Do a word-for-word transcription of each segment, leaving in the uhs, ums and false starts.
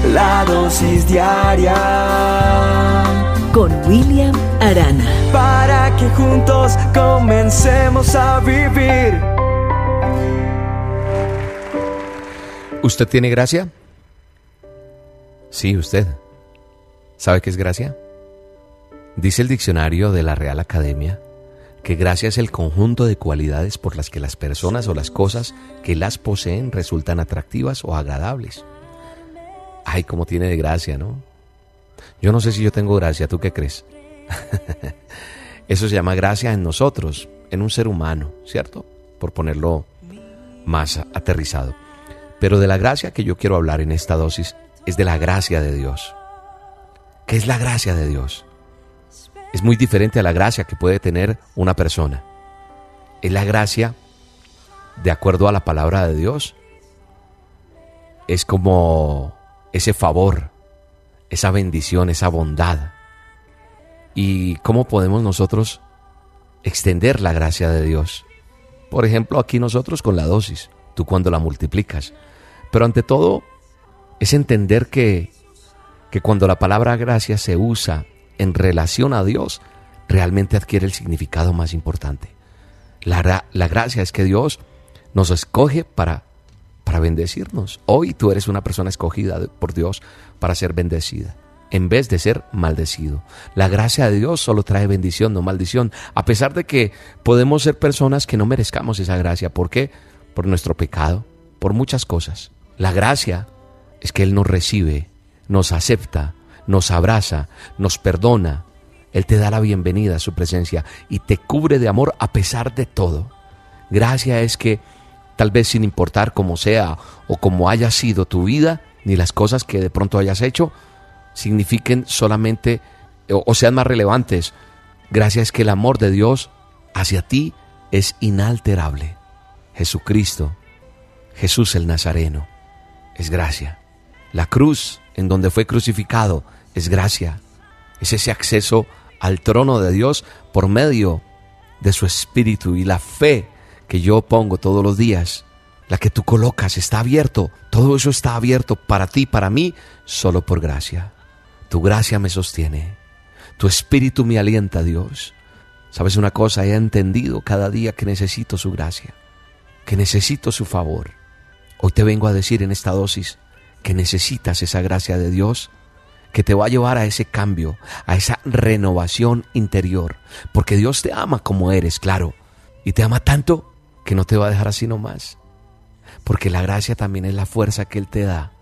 La dosis diaria con William Arana, para que juntos comencemos a vivir. ¿Usted tiene gracia? Sí, usted. ¿Sabe qué es gracia? Dice el diccionario de la Real Academia que gracia es el conjunto de cualidades por las que las personas o las cosas que las poseen resultan atractivas o agradables. Ay, cómo tiene de gracia, ¿no? Yo no sé si yo tengo gracia, ¿tú qué crees? Eso se llama gracia en nosotros, en un ser humano, ¿cierto? Por ponerlo más aterrizado. Pero de la gracia que yo quiero hablar en esta dosis es de la gracia de Dios. ¿Qué es la gracia de Dios? Es muy diferente a la gracia que puede tener una persona. Es la gracia, de acuerdo a la palabra de Dios, es como ese favor, esa bendición, esa bondad. ¿Y cómo podemos nosotros extender la gracia de Dios? Por ejemplo, aquí nosotros con la dosis, tú cuando la multiplicas. Pero ante todo, es entender que, que cuando la palabra gracia se usa en relación a Dios, realmente adquiere el significado más importante. La, la gracia es que Dios nos escoge para, para bendecirnos. Hoy tú eres una persona escogida por Dios para ser bendecida, en vez de ser maldecido. La gracia de Dios solo trae bendición, no maldición, a pesar de que podemos ser personas que no merezcamos esa gracia. ¿Por qué? Por nuestro pecado, por muchas cosas. La gracia es que Él nos recibe, nos acepta, nos abraza, nos perdona. Él te da la bienvenida a su presencia y te cubre de amor a pesar de todo. Gracia es que, tal vez sin importar cómo sea o cómo haya sido tu vida, ni las cosas que de pronto hayas hecho, signifiquen solamente o, o sean más relevantes. Gracia es que el amor de Dios hacia ti es inalterable. Jesucristo, Jesús el Nazareno, es gracia. La cruz en donde fue crucificado es gracia. Es ese acceso al trono de Dios por medio de su Espíritu, y la fe que yo pongo todos los días, la que tú colocas, está abierto. Todo eso está abierto para ti, para mí, solo por gracia. Tu gracia me sostiene. Tu Espíritu me alienta, Dios. ¿Sabes una cosa? He entendido cada día que necesito su gracia, que necesito su favor. Hoy te vengo a decir en esta dosis que necesitas esa gracia de Dios, que te va a llevar a ese cambio, a esa renovación interior, porque Dios te ama como eres, claro, y te ama tanto que no te va a dejar así nomás, porque la gracia también es la fuerza que Él te da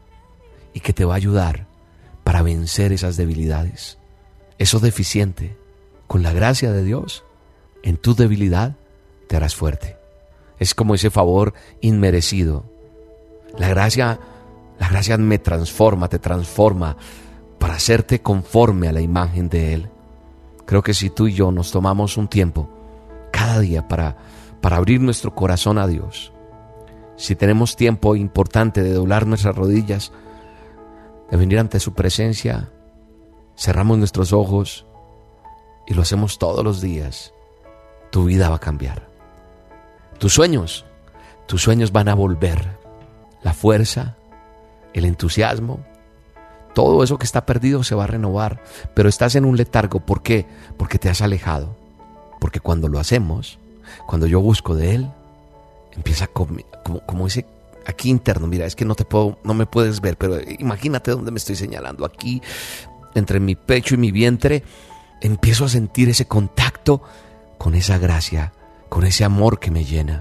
y que te va a ayudar para vencer esas debilidades, eso deficiente. Con la gracia de Dios, en tu debilidad te harás fuerte. Es como ese favor inmerecido. La gracia La gracia me transforma, te transforma para hacerte conforme a la imagen de Él. Creo que si tú y yo nos tomamos un tiempo cada día para, para abrir nuestro corazón a Dios, si tenemos tiempo importante de doblar nuestras rodillas, de venir ante su presencia, cerramos nuestros ojos y lo hacemos todos los días, tu vida va a cambiar. Tus sueños, tus sueños van a volver. La fuerza, el entusiasmo, todo eso que está perdido se va a renovar, pero estás en un letargo. ¿Por qué? Porque te has alejado. Porque cuando lo hacemos, cuando yo busco de Él, empieza como, como, como ese aquí interno. Mira, es que no te puedo, no me puedes ver, pero imagínate dónde me estoy señalando. Aquí, entre mi pecho y mi vientre, empiezo a sentir ese contacto con esa gracia, con ese amor que me llena.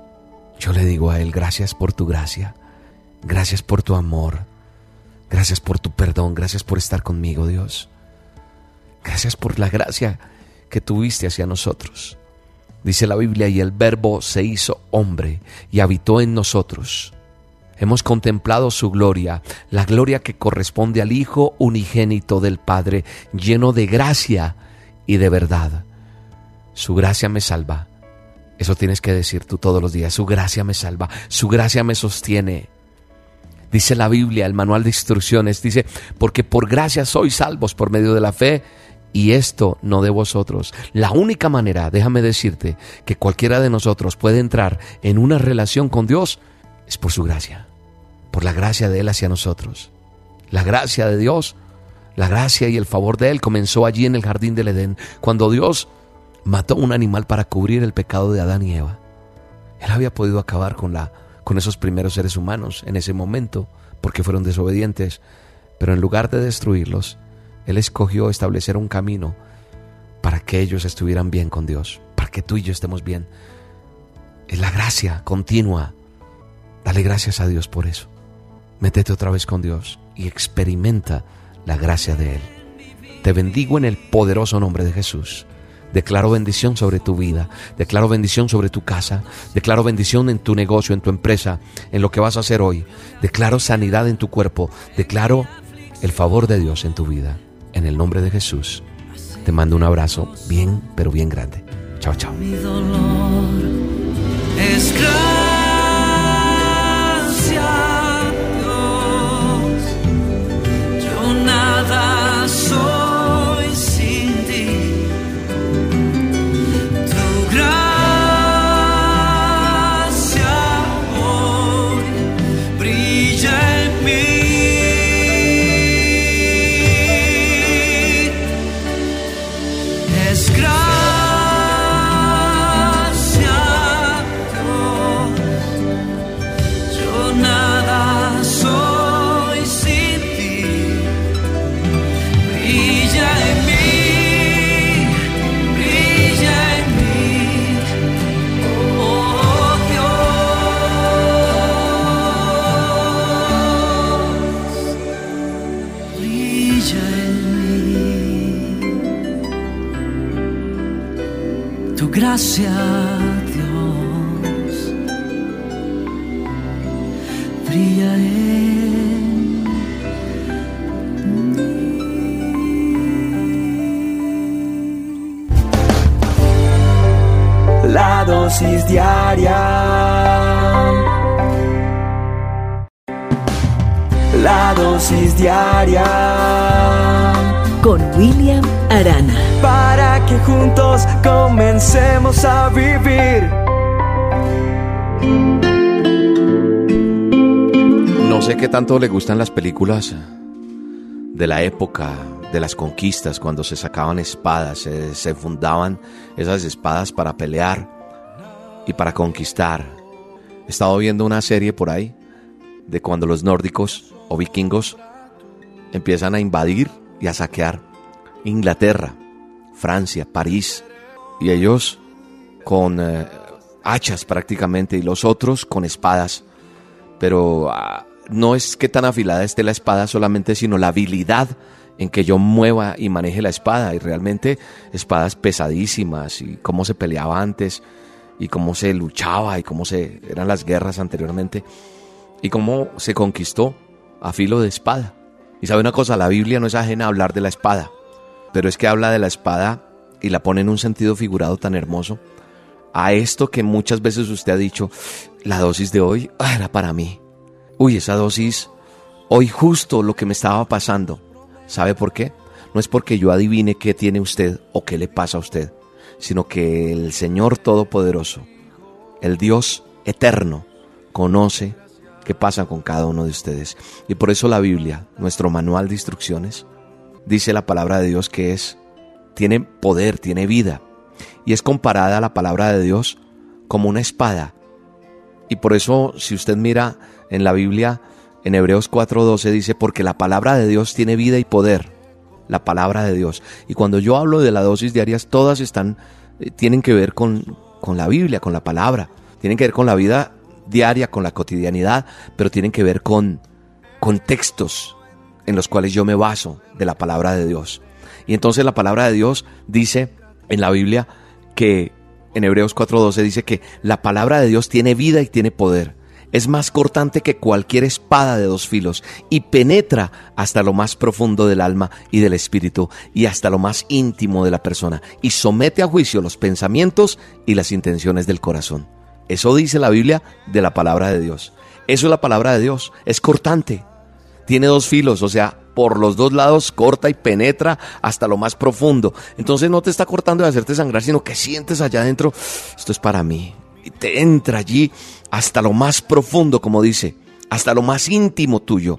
Yo le digo a Él, gracias por tu gracia. Gracias por tu amor, gracias por tu perdón, gracias por estar conmigo, Dios. Gracias por la gracia que tuviste hacia nosotros. Dice la Biblia, y el Verbo se hizo hombre y habitó en nosotros. Hemos contemplado su gloria, la gloria que corresponde al Hijo unigénito del Padre, lleno de gracia y de verdad. Su gracia me salva. Eso tienes que decir tú todos los días. Su gracia me salva, su gracia me sostiene. Dice la Biblia, el manual de instrucciones, dice, porque por gracia sois salvos por medio de la fe, y esto no de vosotros. La única manera, déjame decirte, que cualquiera de nosotros puede entrar en una relación con Dios es por su gracia, por la gracia de Él hacia nosotros. La gracia de Dios, la gracia y el favor de Él comenzó allí en el jardín del Edén, cuando Dios mató un animal para cubrir el pecado de Adán y Eva. Él había podido acabar con, la, con esos primeros seres humanos en ese momento, porque fueron desobedientes, pero en lugar de destruirlos, Él escogió establecer un camino para que ellos estuvieran bien con Dios, para que tú y yo estemos bien. Es la gracia continua. Dale gracias a Dios por eso. Métete otra vez con Dios y experimenta la gracia de Él. Te bendigo en el poderoso nombre de Jesús. Declaro bendición sobre tu vida, declaro bendición sobre tu casa, declaro bendición en tu negocio, en tu empresa, en lo que vas a hacer hoy. Declaro sanidad en tu cuerpo, declaro el favor de Dios en tu vida. En el nombre de Jesús, te mando un abrazo bien, pero bien grande. Chao, chao. Mi dolor es gracia, Dios. Yo nada soy sin ti. Tu gracia hoy brilla en mí. Es gracia. Tu gracia, Dios, brilla en mí. La dosis diaria. La dosis diaria. Con William Arana. Para que juntos comencemos a vivir. No sé qué tanto le gustan las películas de la época de las conquistas, cuando se sacaban espadas, se, se fundaban esas espadas para pelear y para conquistar. He estado viendo una serie por ahí de cuando los nórdicos o vikingos empiezan a invadir y a saquear Inglaterra, Francia, París, y ellos con eh, hachas prácticamente y los otros con espadas, pero uh, no es que tan afilada esté la espada solamente, sino la habilidad en que yo mueva y maneje la espada, y realmente espadas pesadísimas, y cómo se peleaba antes, y cómo se luchaba, y cómo se eran las guerras anteriormente, y cómo se conquistó a filo de espada. Y sabe una cosa, la Biblia no es ajena a hablar de la espada, pero es que habla de la espada y la pone en un sentido figurado tan hermoso, a esto que muchas veces usted ha dicho, la dosis de hoy ah, era para mí. Uy, esa dosis, hoy justo lo que me estaba pasando. ¿Sabe por qué? No es porque yo adivine qué tiene usted o qué le pasa a usted, sino que el Señor Todopoderoso, el Dios eterno, conoce qué pasa con cada uno de ustedes. Y por eso la Biblia, nuestro manual de instrucciones, dice la palabra de Dios que es, tiene poder, tiene vida, y es comparada a la palabra de Dios como una espada. Y por eso, si usted mira en la Biblia, en Hebreos cuatro doce dice, porque la palabra de Dios tiene vida y poder, la palabra de Dios. Y cuando yo hablo de la dosis diarias, todas están, eh, tienen que ver con, con la Biblia, con la palabra, tienen que ver con la vida diaria, con la cotidianidad, pero tienen que ver con contextos en los cuales yo me baso de la palabra de Dios. Y entonces la palabra de Dios dice en la Biblia que en Hebreos cuatro doce dice que la palabra de Dios tiene vida y tiene poder. Es más cortante que cualquier espada de dos filos y penetra hasta lo más profundo del alma y del espíritu y hasta lo más íntimo de la persona y somete a juicio los pensamientos y las intenciones del corazón. Eso dice la Biblia de la palabra de Dios. Eso es la palabra de Dios. Es cortante. Tiene dos filos, o sea, por los dos lados corta y penetra hasta lo más profundo. Entonces no te está cortando de hacerte sangrar, sino que sientes allá adentro, esto es para mí. Y te entra allí hasta lo más profundo, como dice, hasta lo más íntimo tuyo.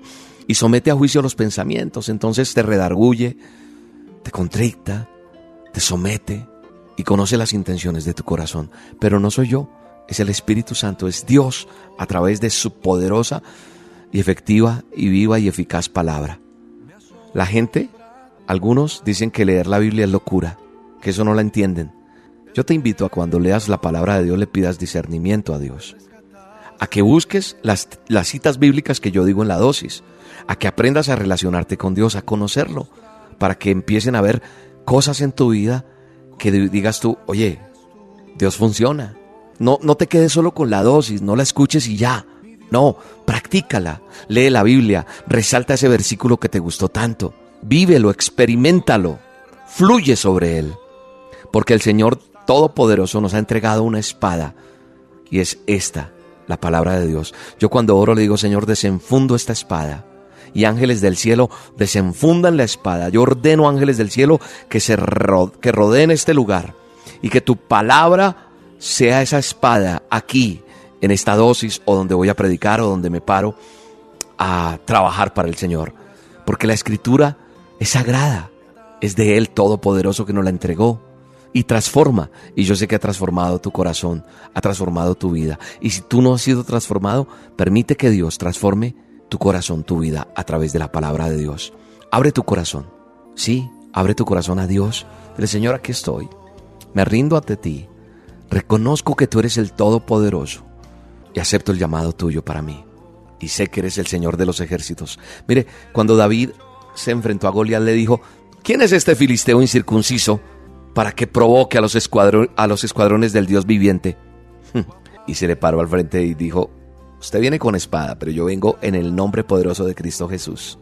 y somete a juicio los pensamientos. Entonces te redarguye, te contricta, te somete y conoce las intenciones de tu corazón. Pero no soy yo, es el Espíritu Santo, es Dios a través de su poderosa y efectiva y viva y eficaz palabra. La gente, algunos dicen que leer la Biblia es locura, que eso no la entienden. Yo te invito a cuando leas la palabra de Dios le pidas discernimiento a Dios, a que busques las, las citas bíblicas que yo digo en la dosis, a que aprendas a relacionarte con Dios, a conocerlo, para que empiecen a ver cosas en tu vida que digas tú, oye, Dios funciona. No, no te quedes solo con la dosis, no la escuches y ya. No, practícala, lee la Biblia, resalta ese versículo que te gustó tanto, vívelo, experiméntalo, fluye sobre él, porque el Señor Todopoderoso nos ha entregado una espada y es esta, la palabra de Dios. Yo cuando oro le digo, Señor, desenfundo esta espada y ángeles del cielo desenfundan la espada. Yo ordeno ángeles del cielo que se ro- que rodeen este lugar y que tu palabra sea esa espada aquí, en esta dosis o donde voy a predicar o donde me paro a trabajar para el Señor. Porque la Escritura es sagrada, es de Él Todopoderoso que nos la entregó y transforma. Y yo sé que ha transformado tu corazón, ha transformado tu vida. Y si tú no has sido transformado, permite que Dios transforme tu corazón, tu vida a través de la palabra de Dios. Abre tu corazón, sí, abre tu corazón a Dios. Dile, Señor, aquí estoy, me rindo ante ti, reconozco que tú eres el Todopoderoso y acepto el llamado tuyo para mí. Y sé que eres el Señor de los ejércitos. Mire, cuando David se enfrentó a Goliat, le dijo, ¿quién es este filisteo incircunciso para que provoque a los, escuadro- a los escuadrones del Dios viviente? Y se le paró al frente y dijo, usted viene con espada, pero yo vengo en el nombre poderoso de Cristo Jesús,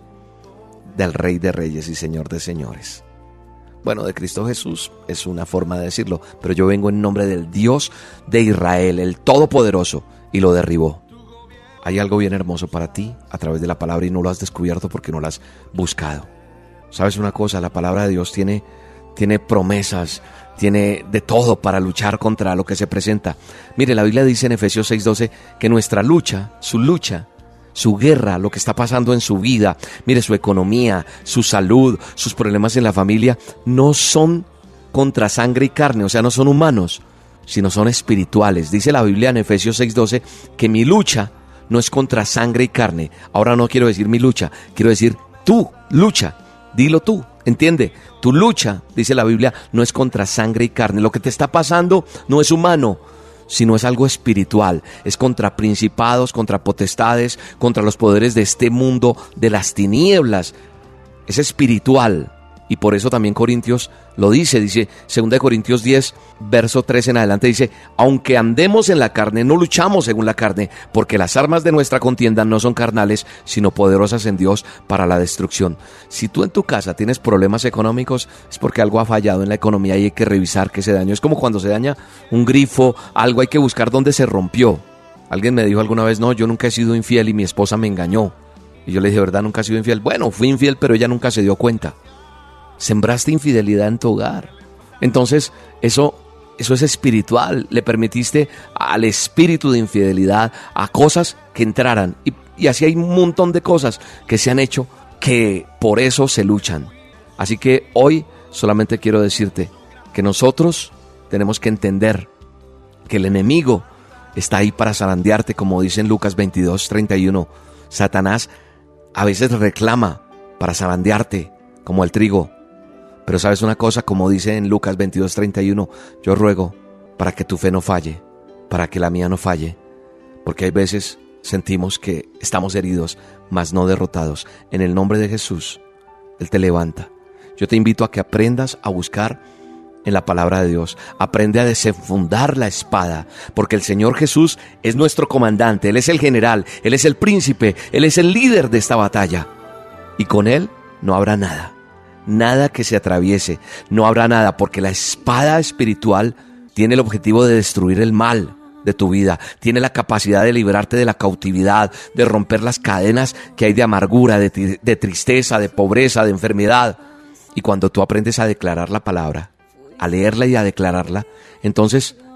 del Rey de Reyes y Señor de Señores. Bueno, de Cristo Jesús es una forma de decirlo, pero yo vengo en nombre del Dios de Israel, el Todopoderoso, y lo derribó. Hay algo bien hermoso para ti a través de la palabra y no lo has descubierto porque no lo has buscado. ¿Sabes una cosa? La palabra de Dios tiene, tiene promesas, tiene de todo para luchar contra lo que se presenta. Mire, la Biblia dice en Efesios seis doce que nuestra lucha, su lucha, su guerra, lo que está pasando en su vida, mire, su economía, su salud, sus problemas en la familia, no son contra sangre y carne, o sea, no son humanos, sino son espirituales. Dice la Biblia en Efesios seis doce que mi lucha no es contra sangre y carne. Ahora no quiero decir mi lucha, quiero decir tu lucha. Dilo tú, entiende, tu lucha, dice la Biblia, no es contra sangre y carne. Lo que te está pasando no es humano, sino es algo espiritual. Es contra principados, contra potestades, contra los poderes de este mundo, de las tinieblas. Es espiritual. Y por eso también Corintios lo dice, dice, segunda de Corintios diez, verso tres en adelante, dice, aunque andemos en la carne, no luchamos según la carne, porque las armas de nuestra contienda no son carnales, sino poderosas en Dios para la destrucción. Si tú en tu casa tienes problemas económicos, es porque algo ha fallado en la economía y hay que revisar qué se dañó. Es como cuando se daña un grifo, algo hay que buscar dónde se rompió. Alguien me dijo alguna vez, no, yo nunca he sido infiel y mi esposa me engañó. Y yo le dije, ¿verdad? ¿Nunca has sido infiel? Bueno, fui infiel, pero ella nunca se dio cuenta. Sembraste infidelidad en tu hogar. Entonces, eso, eso es espiritual. Le permitiste al espíritu de infidelidad a cosas que entraran. Y, y así hay un montón de cosas que se han hecho que por eso se luchan. Así que hoy solamente quiero decirte que nosotros tenemos que entender que el enemigo está ahí para zarandearte, como dice en Lucas veintidós treinta y uno. Satanás a veces reclama para zarandearte como el trigo. Pero sabes una cosa, como dice en Lucas veintidós treinta y uno, yo ruego para que tu fe no falle, para que la mía no falle, porque hay veces sentimos que estamos heridos, mas no derrotados. En el nombre de Jesús, Él te levanta. Yo te invito a que aprendas a buscar en la palabra de Dios. Aprende a desenfundar la espada, porque el Señor Jesús es nuestro comandante, Él es el general, Él es el príncipe, Él es el líder de esta batalla. Y con Él no habrá nada. Nada que se atraviese, no habrá nada, porque la espada espiritual tiene el objetivo de destruir el mal de tu vida, tiene la capacidad de liberarte de la cautividad, de romper las cadenas que hay de amargura, de, tri- de tristeza, de pobreza, de enfermedad. Y cuando tú aprendes a declarar la palabra, a leerla y a declararla, entonces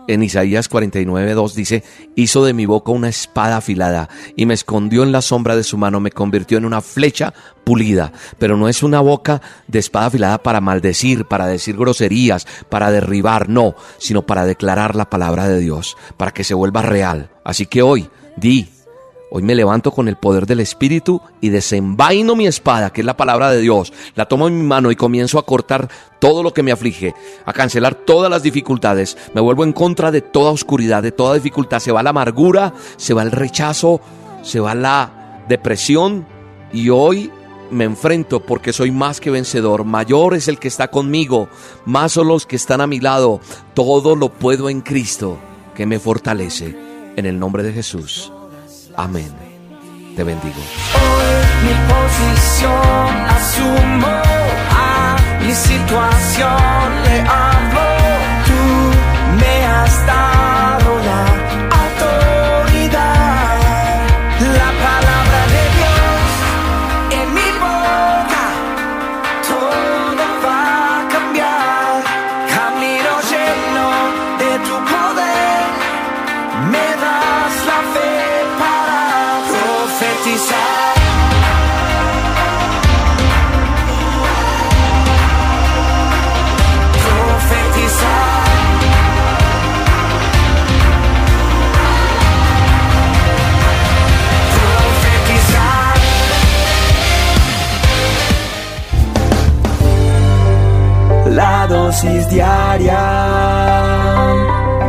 En Isaías cuarenta y nueve, dos dice: hizo de mi boca una espada afilada y me escondió en la sombra de su mano, me convirtió en una flecha pulida. Pero no es una boca de espada afilada para maldecir, para decir groserías, para derribar, no, sino para declarar la palabra de Dios, para que se vuelva real. Así que hoy, di, hoy me levanto con el poder del Espíritu y desenvaino mi espada, que es la palabra de Dios. La tomo en mi mano y comienzo a cortar todo lo que me aflige, a cancelar todas las dificultades. Me vuelvo en contra de toda oscuridad, de toda dificultad. Se va la amargura, se va el rechazo, se va la depresión. Y hoy me enfrento porque soy más que vencedor. Mayor es el que está conmigo, más son los que están a mi lado. Todo lo puedo en Cristo, que me fortalece. En el nombre de Jesús. Amén. Te bendigo. Hoy mi posición asumo, a mi situación le hablo. Tú me has dado la autoridad, la palabra de Dios en mi boca. Todo va a cambiar, camino lleno de tu poder. Me das la fe para profetizar. Profetizar. Profetizar. La dosis diaria.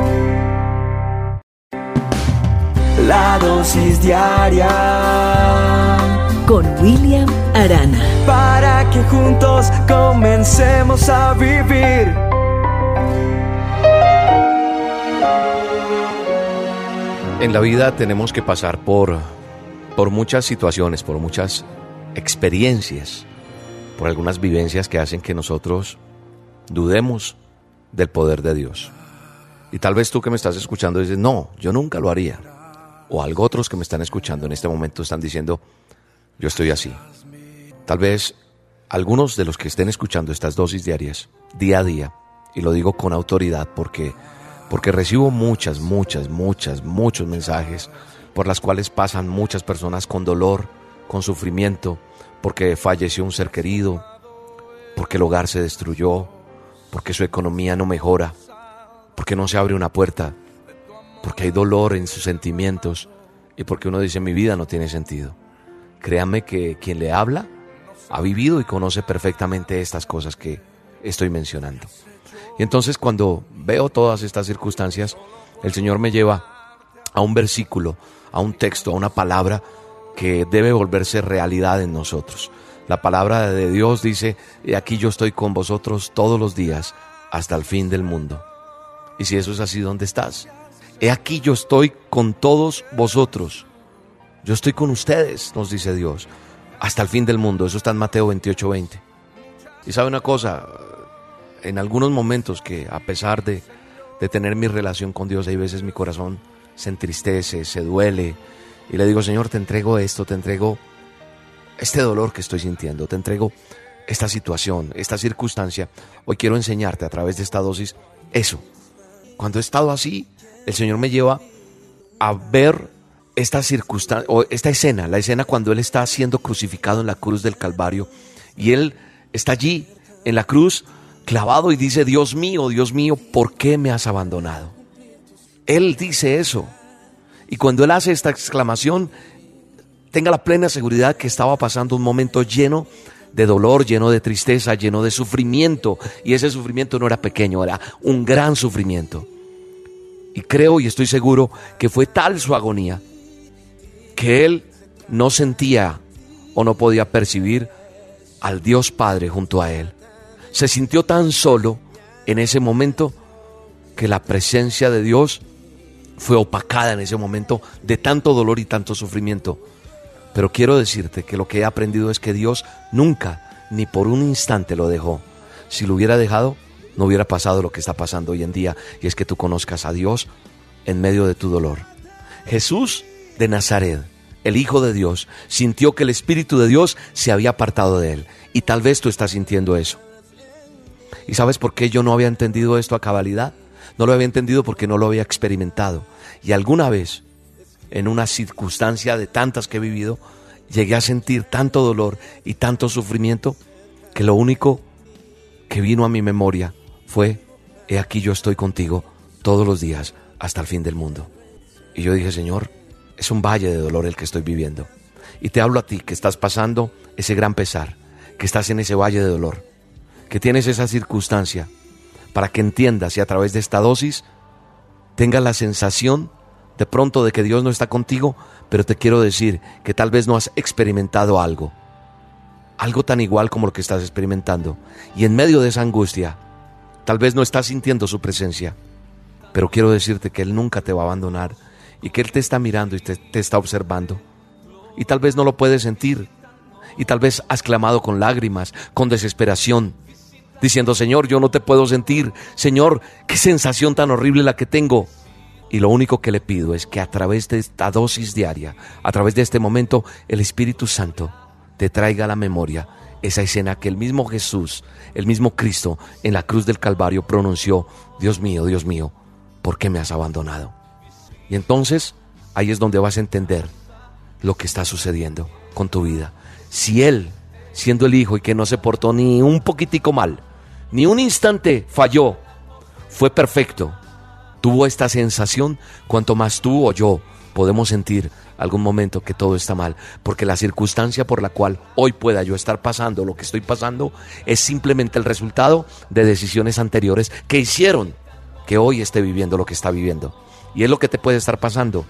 La dosis diaria, con William Arana. para que juntos comencemos a vivir. En la vida tenemos que pasar por, por muchas situaciones, por muchas experiencias, por algunas vivencias que hacen que nosotros dudemos del poder de Dios. Y tal vez tú que me estás escuchando dices: no, yo nunca lo haría. O algo otros que me están escuchando en este momento están diciendo: yo estoy así. Tal vez algunos de los que estén escuchando estas dosis diarias, día a día, y lo digo con autoridad porque, porque recibo muchas, muchas, muchas, muchos mensajes por las cuales pasan muchas personas con dolor, con sufrimiento, porque falleció un ser querido, porque el hogar se destruyó, porque su economía no mejora, porque no se abre una puerta, porque hay dolor en sus sentimientos y porque uno dice: mi vida no tiene sentido. Créame que quien le habla ha vivido y conoce perfectamente estas cosas que estoy mencionando. Y entonces, cuando veo todas estas circunstancias, el Señor me lleva a un versículo, a un texto, a una palabra que debe volverse realidad en nosotros. La palabra de Dios dice: y aquí yo estoy con vosotros todos los días hasta el fin del mundo. Y si eso es así, ¿dónde estás? He aquí yo estoy con todos vosotros. Yo estoy con ustedes, nos dice Dios, hasta el fin del mundo. Eso está en Mateo veintiocho, veinte. Y sabe una cosa, en algunos momentos que a pesar de, de tener mi relación con Dios, hay veces mi corazón se entristece, se duele. Y le digo: Señor, te entrego esto, te entrego este dolor que estoy sintiendo, te entrego esta situación, esta circunstancia. Hoy quiero enseñarte a través de esta dosis eso. Cuando he estado así, el Señor me lleva a ver esta circunstancia, o esta escena, la escena cuando Él está siendo crucificado en la cruz del Calvario, y Él está allí en la cruz clavado y dice: Dios mío, Dios mío, ¿por qué me has abandonado? Él dice eso, y cuando Él hace esta exclamación, tenga la plena seguridad que estaba pasando un momento lleno de dolor, lleno de tristeza, lleno de sufrimiento, y ese sufrimiento no era pequeño, era un gran sufrimiento. Y creo y estoy seguro que fue tal su agonía que Él no sentía o no podía percibir al Dios Padre junto a Él. Se sintió tan solo en ese momento que la presencia de Dios fue opacada en ese momento de tanto dolor y tanto sufrimiento. Pero quiero decirte que lo que he aprendido es que Dios nunca, ni por un instante lo dejó. Si lo hubiera dejado, no hubiera pasado lo que está pasando hoy en día, y es que tú conozcas a Dios en medio de tu dolor. Jesús de Nazaret, el Hijo de Dios, sintió que el Espíritu de Dios se había apartado de él, y tal vez tú estás sintiendo eso. ¿Y sabes por qué yo no había entendido esto a cabalidad? No lo había entendido porque no lo había experimentado. Y alguna vez, en una circunstancia de tantas que he vivido, llegué a sentir tanto dolor y tanto sufrimiento que lo único que vino a mi memoria fue: he aquí yo estoy contigo todos los días hasta el fin del mundo. Y yo dije: Señor, es un valle de dolor el que estoy viviendo. Y te hablo a ti que estás pasando ese gran pesar, que estás en ese valle de dolor, que tienes esa circunstancia, para que entiendas y a través de esta dosis tengas la sensación de pronto de que Dios no está contigo, pero te quiero decir que tal vez no has experimentado algo, algo tan igual como lo que estás experimentando. Y en medio de esa angustia, tal vez no estás sintiendo su presencia, pero quiero decirte que Él nunca te va a abandonar y que Él te está mirando y te, te está observando. Y tal vez no lo puedes sentir, y tal vez has clamado con lágrimas, con desesperación, diciendo: Señor, yo no te puedo sentir. Señor, qué sensación tan horrible la que tengo. Y lo único que le pido es que a través de esta dosis diaria, a través de este momento, el Espíritu Santo te traiga a la memoria esa escena que el mismo Jesús, el mismo Cristo, en la cruz del Calvario pronunció: Dios mío, Dios mío, ¿por qué me has abandonado? Y entonces ahí es donde vas a entender lo que está sucediendo con tu vida. Si Él, siendo el Hijo y que no se portó ni un poquitico mal, ni un instante falló, fue perfecto, tuvo esta sensación, cuanto más tú o yo podemos sentir algún momento que todo está mal, porque la circunstancia por la cual hoy pueda yo estar pasando lo que estoy pasando es simplemente el resultado de decisiones anteriores que hicieron que hoy esté viviendo lo que está viviendo. Y es lo que te puede estar pasando.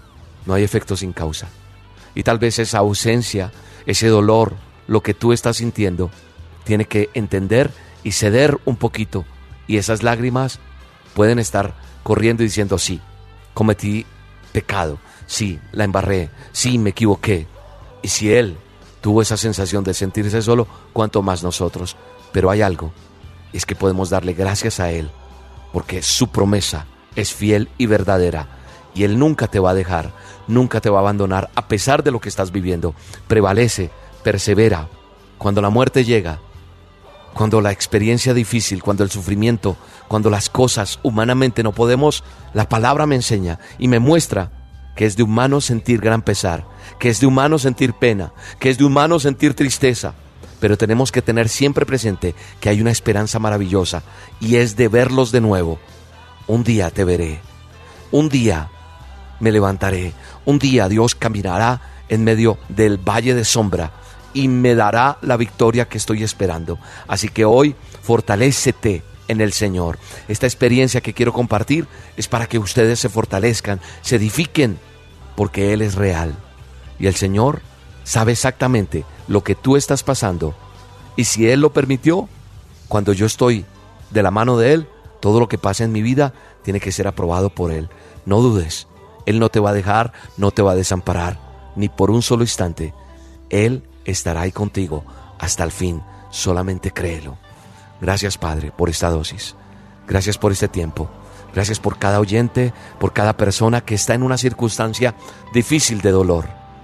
No hay efecto sin causa. Y tal vez esa ausencia, ese dolor, lo que tú estás sintiendo, tiene que entender y ceder un poquito. Y esas lágrimas pueden estar corriendo y diciendo: sí, cometí pecado, sí, la embarré, sí, me equivoqué. Y si Él tuvo esa sensación de sentirse solo, cuánto más nosotros. Pero hay algo, es que podemos darle gracias a Él, porque su promesa es fiel y verdadera, y Él nunca te va a dejar, nunca te va a abandonar a pesar de lo que estás viviendo. Prevalece, persevera. Cuando la muerte llega, cuando la experiencia difícil, cuando el sufrimiento, cuando las cosas humanamente no podemos, la palabra me enseña y me muestra que es de humano sentir gran pesar, que es de humano sentir pena, que es de humano sentir tristeza. Pero tenemos que tener siempre presente que hay una esperanza maravillosa, y es de verlos de nuevo. Un día te veré, un día me levantaré, un día Dios caminará en medio del valle de sombra y me dará la victoria que estoy esperando. Así que hoy fortalécete en el Señor. Esta experiencia que quiero compartir es para que ustedes se fortalezcan, se edifiquen, porque Él es real. Y el Señor sabe exactamente lo que tú estás pasando. Y si Él lo permitió, cuando yo estoy de la mano de Él, todo lo que pasa en mi vida tiene que ser aprobado por Él. No dudes, Él no te va a dejar, no te va a desamparar, ni por un solo instante. Él estará ahí contigo hasta el fin, solamente créelo. Gracias, Padre, por esta dosis. Gracias por este tiempo. Gracias por cada oyente, por cada persona que está en una circunstancia difícil de dolor,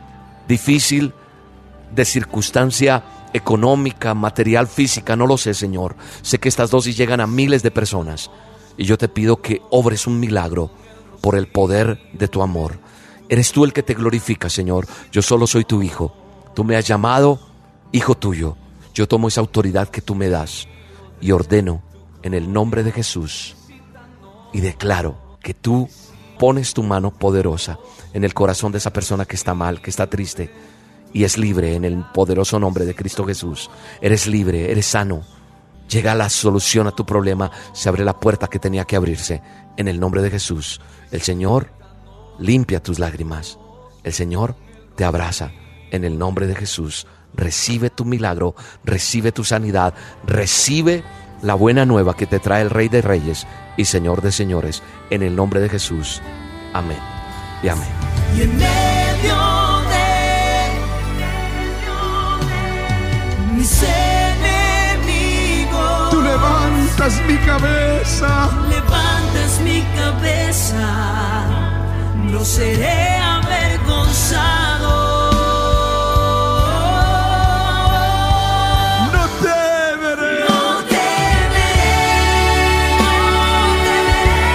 difícil de circunstancia económica, material, física, no lo sé, Señor. Sé que estas dosis llegan a miles de personas y yo te pido que obres un milagro por el poder de tu amor. Eres tú el que te glorifica, Señor. Yo solo soy tu hijo. Tú me has llamado hijo tuyo. Yo tomo esa autoridad que tú me das y ordeno en el nombre de Jesús y declaro que tú pones tu mano poderosa en el corazón de esa persona que está mal, que está triste, y es libre en el poderoso nombre de Cristo Jesús. Eres libre, eres sano. Llega la solución a tu problema, se abre la puerta que tenía que abrirse en el nombre de Jesús. El Señor limpia tus lágrimas. El Señor te abraza en el nombre de Jesús. Recibe tu milagro, recibe tu sanidad, recibe la buena nueva que te trae el Rey de Reyes y Señor de Señores, en el nombre de Jesús. Amén y amén. Y en medio de mis enemigos, tú levantas mi cabeza, levantas mi cabeza, no seré avergonzado. no temeré, No temeré, no temeré,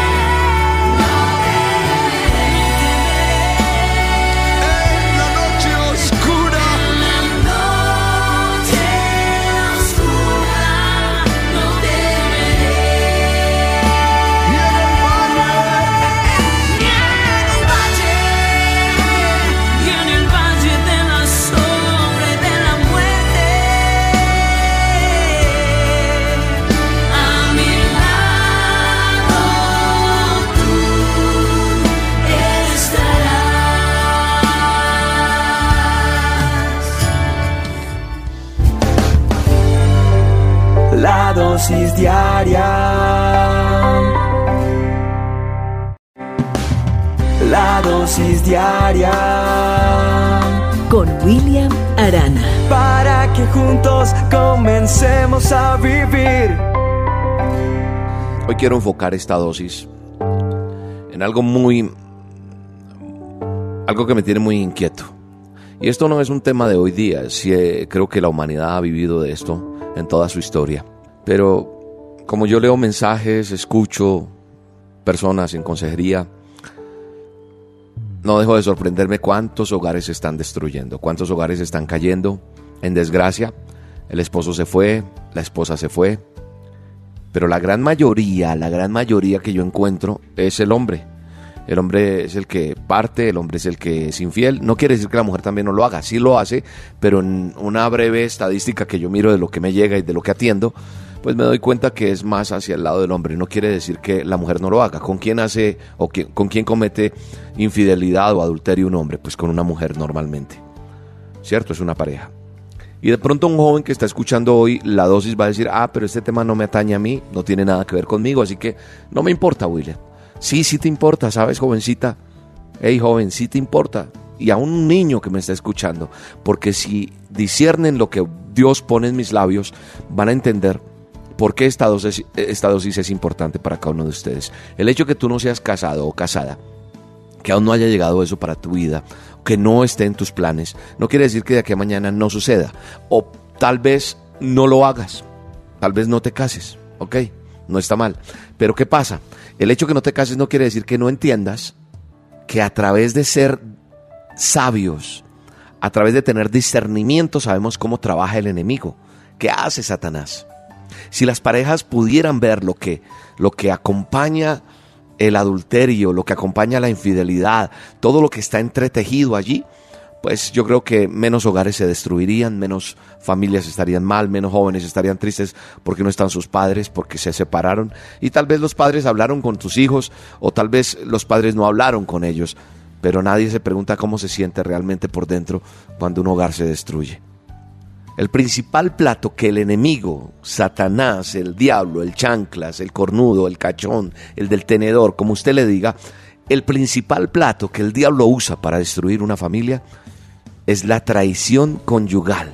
La dosis diaria. La dosis diaria. Con William Arana. Para que juntos comencemos a vivir. Hoy quiero enfocar esta dosis en algo muy, algo que me tiene muy inquieto. Y esto no es un tema de hoy día, sí, eh, creo que la humanidad ha vivido de esto en toda su historia. Pero como yo leo mensajes, escucho personas en consejería, no dejo de sorprenderme cuántos hogares se están destruyendo, cuántos hogares están cayendo en desgracia. El esposo se fue, la esposa se fue, pero la gran mayoría, la gran mayoría que yo encuentro es el hombre. El hombre es el que parte, el hombre es el que es infiel. No quiere decir que la mujer también no lo haga, sí lo hace, pero en una breve estadística que yo miro de lo que me llega y de lo que atiendo, pues me doy cuenta que es más hacia el lado del hombre. No quiere decir que la mujer no lo haga. ¿Con quién hace o quién, con quién comete infidelidad o adulterio un hombre? Pues con una mujer normalmente, ¿cierto? Es una pareja. Y de pronto un joven que está escuchando hoy la dosis va a decir, ah, pero este tema no me atañe a mí, no tiene nada que ver conmigo, así que no me importa, William. Sí, sí te importa, ¿sabes, jovencita? Hey, joven, sí te importa. Y a un niño que me está escuchando, porque si disciernen lo que Dios pone en mis labios, van a entender por qué esta dosis, esta dosis es importante para cada uno de ustedes. El hecho de que tú no seas casado o casada, que aún no haya llegado eso para tu vida, que no esté en tus planes, no quiere decir que de aquí a mañana no suceda. O tal vez no lo hagas, tal vez no te cases, ¿ok? No está mal. Pero ¿qué pasa? El hecho de que no te cases no quiere decir que no entiendas que a través de ser sabios, a través de tener discernimiento, sabemos cómo trabaja el enemigo. ¿Qué hace Satanás? Si las parejas pudieran ver lo que, lo que acompaña el adulterio, lo que acompaña la infidelidad, todo lo que está entretejido allí, pues yo creo que menos hogares se destruirían, menos familias estarían mal, menos jóvenes estarían tristes porque no están sus padres, porque se separaron. Y tal vez los padres hablaron con tus hijos, o tal vez los padres no hablaron con ellos, pero nadie se pregunta cómo se siente realmente por dentro cuando un hogar se destruye. El principal plato que el enemigo, Satanás, el diablo, el chanclas, el cornudo, el cachón, el del tenedor, como usted le diga, el principal plato que el diablo usa para destruir una familia es la traición conyugal.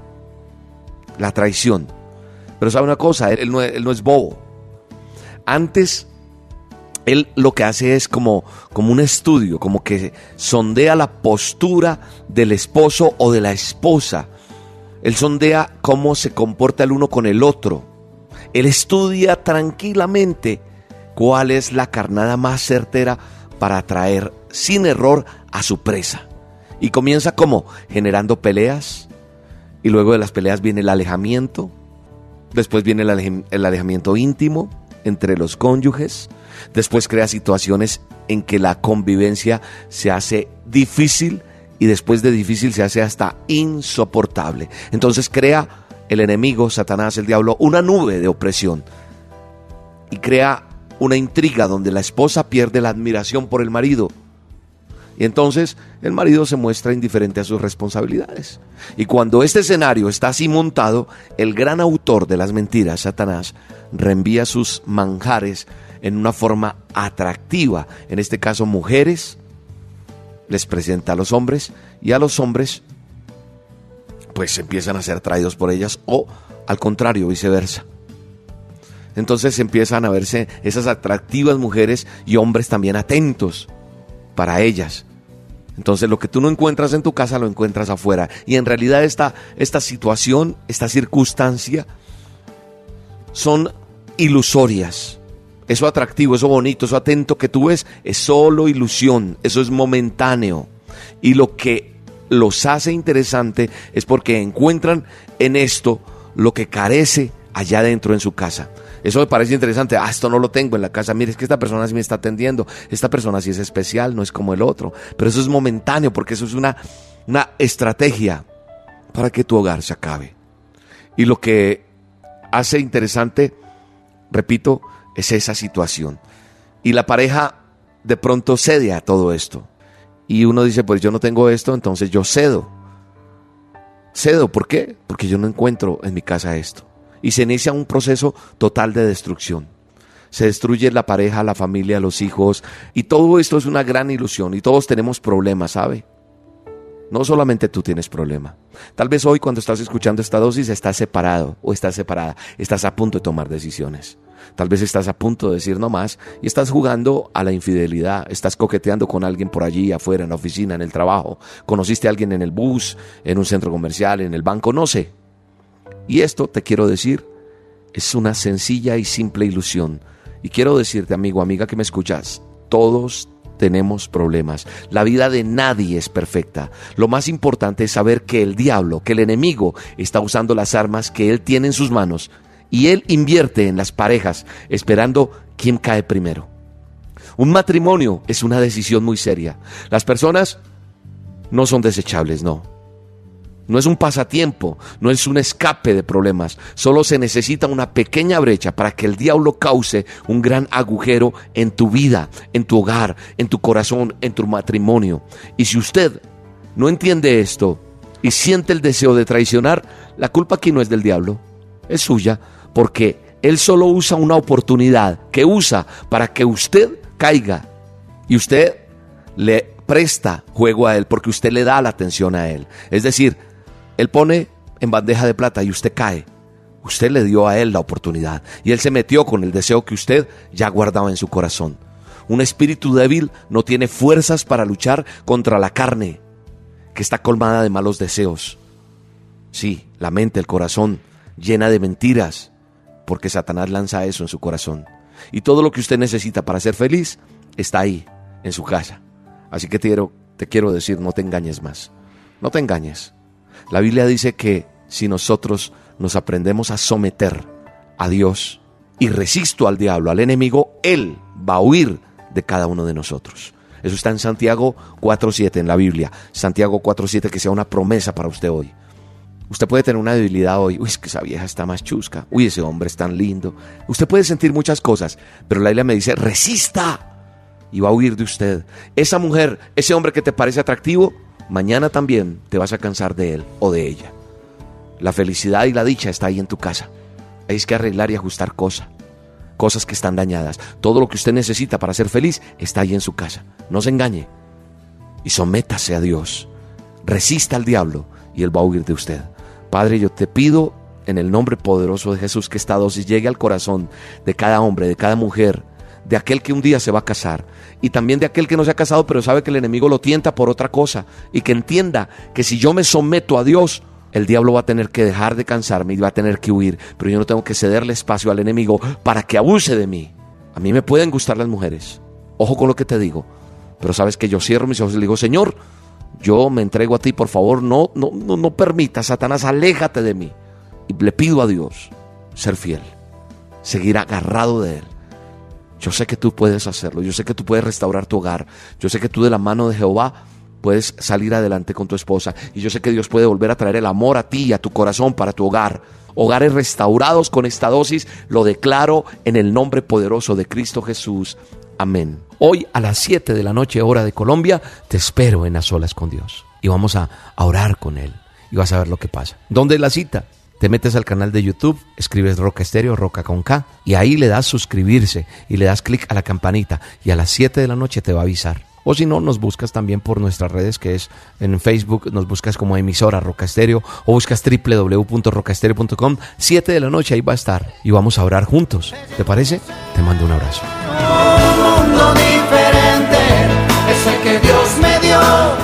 La traición. Pero sabe una cosa, él no, él no es bobo. Antes, él lo que hace es como, como un estudio, como que sondea la postura del esposo o de la esposa. Él sondea cómo se comporta el uno con el otro. Él estudia tranquilamente cuál es la carnada más certera para atraer sin error a su presa. Y comienza como generando peleas, y luego de las peleas viene el alejamiento, después viene el, alej- el alejamiento íntimo entre los cónyuges, después crea situaciones en que la convivencia se hace difícil, y después de difícil se hace hasta insoportable. Entonces crea el enemigo, Satanás, el diablo, una nube de opresión, y crea una intriga donde la esposa pierde la admiración por el marido. Y entonces el marido se muestra indiferente a sus responsabilidades. Y cuando este escenario está así montado, el gran autor de las mentiras, Satanás, reenvía sus manjares en una forma atractiva. En este caso, mujeres, les presenta a los hombres, y a los hombres pues empiezan a ser atraídos por ellas, o al contrario, viceversa. Entonces empiezan a verse esas atractivas mujeres y hombres también atentos para ellas. Entonces lo que tú no encuentras en tu casa lo encuentras afuera. Y en realidad esta, esta situación, esta circunstancia son ilusorias. Eso atractivo, eso bonito, eso atento que tú ves es solo ilusión, eso es momentáneo. Y lo que los hace interesante es porque encuentran en esto lo que carece allá dentro en su casa. Eso me parece interesante. Ah, esto no lo tengo en la casa. Mire, es que esta persona sí me está atendiendo. Esta persona sí es especial, no es como el otro. Pero eso es momentáneo, porque eso es una, una estrategia para que tu hogar se acabe. Y lo que hace interesante, repito, es esa situación. Y la pareja de pronto cede a todo esto. Y uno dice, pues yo no tengo esto, entonces yo cedo. Cedo, ¿por qué? Porque yo no encuentro en mi casa esto. y se inicia un proceso total de destrucción. Se destruye la pareja, la familia, los hijos, y todo esto es una gran ilusión, y todos tenemos problemas, ¿sabe? No solamente tú tienes problema. Tal vez hoy, cuando estás escuchando esta dosis, estás separado o estás separada, estás a punto de tomar decisiones. Tal vez estás a punto de decir no más y estás jugando a la infidelidad, estás coqueteando con alguien por allí, afuera, en la oficina, en el trabajo, conociste a alguien en el bus, en un centro comercial, en el banco, no sé. Y esto, te quiero decir, es una sencilla y simple ilusión. Y quiero decirte, amigo, amiga que me escuchas, todos tenemos problemas. La vida de nadie es perfecta. Lo más importante es saber que el diablo, que el enemigo, está usando las armas que él tiene en sus manos y él invierte en las parejas esperando quién cae primero. Un matrimonio es una decisión muy seria. Las personas no son desechables, no. No es un pasatiempo, no es un escape de problemas. Solo se necesita una pequeña brecha para que el diablo cause un gran agujero en tu vida, en tu hogar, en tu corazón, en tu matrimonio. Y si usted no entiende esto y siente el deseo de traicionar, la culpa aquí no es del diablo, es suya, porque él solo usa una oportunidad que usa para que usted caiga. Y usted le presta juego a él porque usted le da la atención a él. Es decir, él pone en bandeja de plata y usted cae. Usted le dio a él la oportunidad y él se metió con el deseo que usted ya guardaba en su corazón. Un espíritu débil no tiene fuerzas para luchar contra la carne, que está colmada de malos deseos. Sí, la mente, el corazón, llena de mentiras, porque Satanás lanza eso en su corazón. Y todo lo que usted necesita para ser feliz está ahí, en su casa. Así que te quiero, te quiero decir, no te engañes más. No te engañes. La Biblia dice que si nosotros nos aprendemos a someter a Dios y resisto al diablo, al enemigo, Él va a huir de cada uno de nosotros. Eso está en Santiago cuatro siete en la Biblia. Santiago cuatro siete, que sea una promesa para usted hoy. Usted puede tener una debilidad hoy. Uy, es que esa vieja está más chusca. Uy, ese hombre es tan lindo. Usted puede sentir muchas cosas, pero la Biblia me dice, resista y va a huir de usted. Esa mujer, ese hombre que te parece atractivo, mañana también te vas a cansar de él o de ella. La felicidad y la dicha está ahí en tu casa. Hay que arreglar y ajustar cosas, cosas que están dañadas. Todo lo que usted necesita para ser feliz está ahí en su casa. No se engañe y sométase a Dios. Resista al diablo y él va a huir de usted. Padre, yo te pido en el nombre poderoso de Jesús que esta dosis llegue al corazón de cada hombre, de cada mujer, de aquel que un día se va a casar y también de aquel que no se ha casado pero sabe que el enemigo lo tienta por otra cosa, y que entienda que si yo me someto a Dios, el diablo va a tener que dejar de cansarme y va a tener que huir, pero yo no tengo que cederle espacio al enemigo para que abuse de mí. A mí me pueden gustar las mujeres, ojo con lo que te digo, pero sabes que yo cierro mis ojos y le digo, Señor, yo me entrego a ti, por favor, no, no, no, no permita, Satanás, aléjate de mí. Y le pido a Dios ser fiel, seguir agarrado de Él. Yo sé que tú puedes hacerlo, yo sé que tú puedes restaurar tu hogar, yo sé que tú de la mano de Jehová puedes salir adelante con tu esposa, y yo sé que Dios puede volver a traer el amor a ti y a tu corazón para tu hogar. Hogares restaurados con esta dosis, lo declaro en el nombre poderoso de Cristo Jesús. Amén. Hoy a las siete de la noche, hora de Colombia, te espero en A Solas con Dios. Y vamos a, a orar con Él. Y vas a ver lo que pasa. ¿Dónde es la cita? Te metes al canal de YouTube, escribes Roca Estéreo, Roca con K, y ahí le das suscribirse y le das clic a la campanita. Y a las siete de la noche te va a avisar. O si no, nos buscas también por nuestras redes, que es en Facebook, nos buscas como emisora Roca Estéreo, o buscas doble u doble u doble u punto roca estéreo punto com. siete de la noche, ahí va a estar. Y vamos a orar juntos. ¿Te parece? Te mando un abrazo. Un mundo diferente es el que Dios me dio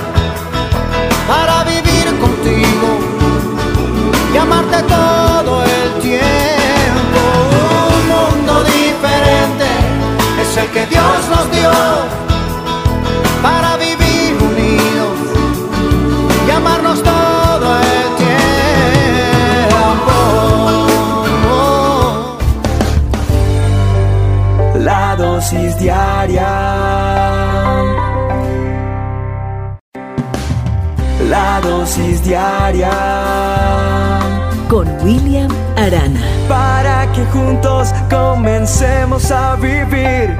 para vivir contigo y amarte todo el tiempo. Un mundo diferente es el que Dios nos dio para vivir unidos y amarnos todo el tiempo. La dosis diaria. La dosis diaria. Con William Arana. Para que juntos comencemos a vivir.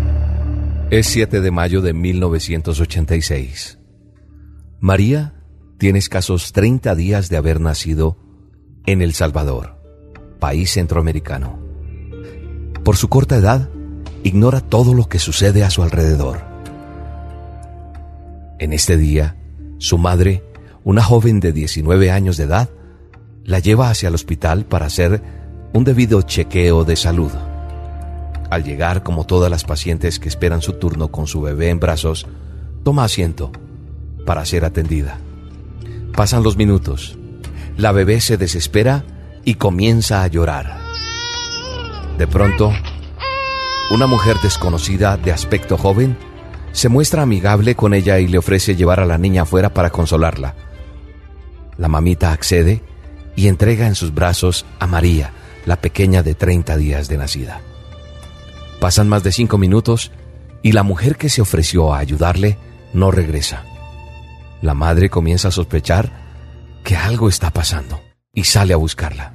Es siete de mayo de mil novecientos ochenta y seis. María tiene escasos treinta días de haber nacido en El Salvador, país centroamericano. Por su corta edad, ignora todo lo que sucede a su alrededor. En este día, su madre, una joven de diecinueve años de edad, la lleva hacia el hospital para hacer un debido chequeo de salud. Al llegar, como todas las pacientes que esperan su turno con su bebé en brazos, toma asiento para ser atendida. Pasan los minutos. La bebé se desespera y comienza a llorar. De pronto, una mujer desconocida de aspecto joven se muestra amigable con ella y le ofrece llevar a la niña afuera para consolarla. La mamita accede y entrega en sus brazos a María, la pequeña de treinta días de nacida. Pasan más de cinco minutos y la mujer que se ofreció a ayudarle no regresa. La madre comienza a sospechar que algo está pasando y sale a buscarla.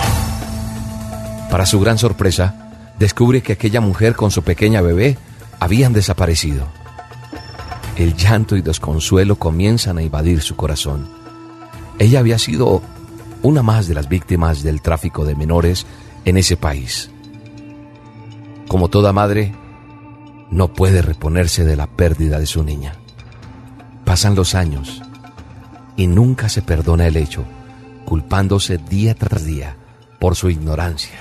Para su gran sorpresa, descubre que aquella mujer con su pequeña bebé habían desaparecido. El llanto y desconsuelo comienzan a invadir su corazón. Ella había sido una más de las víctimas del tráfico de menores en ese país. Como toda madre, no puede reponerse de la pérdida de su niña. Pasan los años y nunca se perdona el hecho, culpándose día tras día por su ignorancia.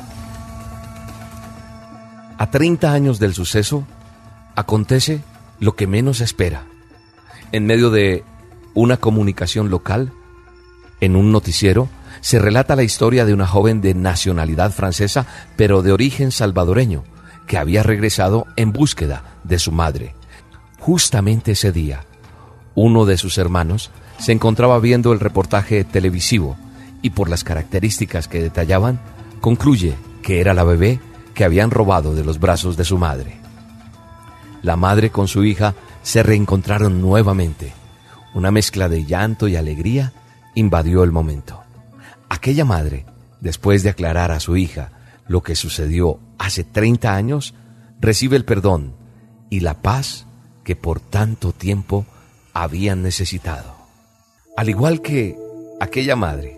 A treinta años del suceso, acontece lo que menos espera. En medio de una comunicación local, en un noticiero, se relata la historia de una joven de nacionalidad francesa, pero de origen salvadoreño, que había regresado en búsqueda de su madre. Justamente ese día, uno de sus hermanos se encontraba viendo el reportaje televisivo y por las características que detallaban, concluye que era la bebé que habían robado de los brazos de su madre. La madre con su hija se reencontraron nuevamente. Una mezcla de llanto y alegría invadió el momento. Aquella madre, después de aclarar a su hija lo que sucedió hace treinta años, recibe el perdón y la paz que por tanto tiempo habían necesitado. Al igual que aquella madre,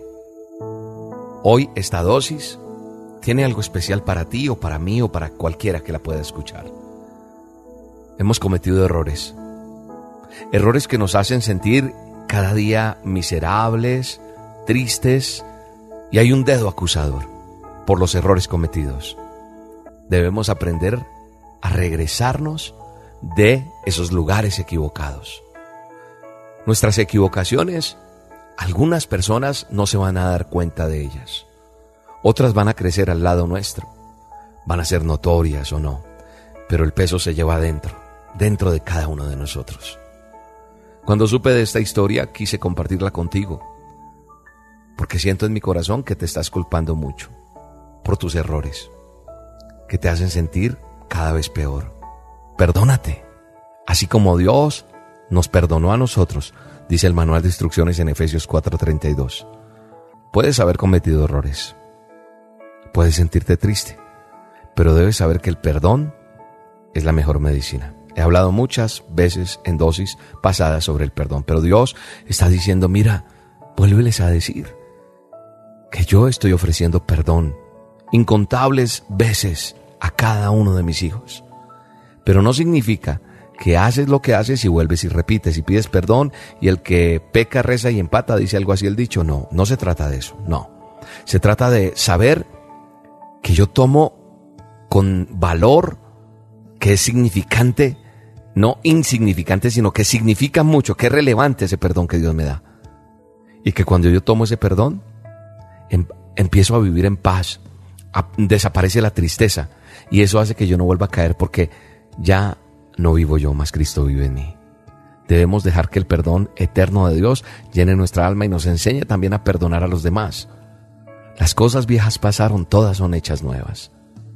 hoy esta dosis tiene algo especial para ti o para mí o para cualquiera que la pueda escuchar. Hemos cometido errores, errores que nos hacen sentir cada día miserables, tristes, y hay un dedo acusador por los errores cometidos. Debemos aprender a regresarnos de esos lugares equivocados. Nuestras equivocaciones, algunas personas no se van a dar cuenta de ellas. Otras van a crecer al lado nuestro, van a ser notorias o no, pero el peso se lleva adentro, dentro de cada uno de nosotros. Cuando supe de esta historia, quise compartirla contigo, porque siento en mi corazón que te estás culpando mucho por tus errores, que te hacen sentir cada vez peor. Perdónate, así como Dios nos perdonó a nosotros, dice el manual de instrucciones en Efesios cuatro treinta y dos. Puedes haber cometido errores, puedes sentirte triste, pero debes saber que el perdón es la mejor medicina. He hablado muchas veces en dosis pasadas sobre el perdón, pero Dios está diciendo, mira, vuélveles a decir que yo estoy ofreciendo perdón incontables veces a cada uno de mis hijos. Pero no significa que haces lo que haces y vuelves y repites y pides perdón y el que peca, reza y empata, dice algo así el dicho. No, no se trata de eso, no. Se trata de saber que yo tomo con valor, que es significante, no insignificante, sino que significa mucho, que es relevante ese perdón que Dios me da. Y que cuando yo tomo ese perdón, em, empiezo a vivir en paz, a, desaparece la tristeza, y eso hace que yo no vuelva a caer, porque ya no vivo yo, más Cristo vive en mí. Debemos dejar que el perdón eterno de Dios llene nuestra alma y nos enseñe también a perdonar a los demás. Las cosas viejas pasaron, todas son hechas nuevas.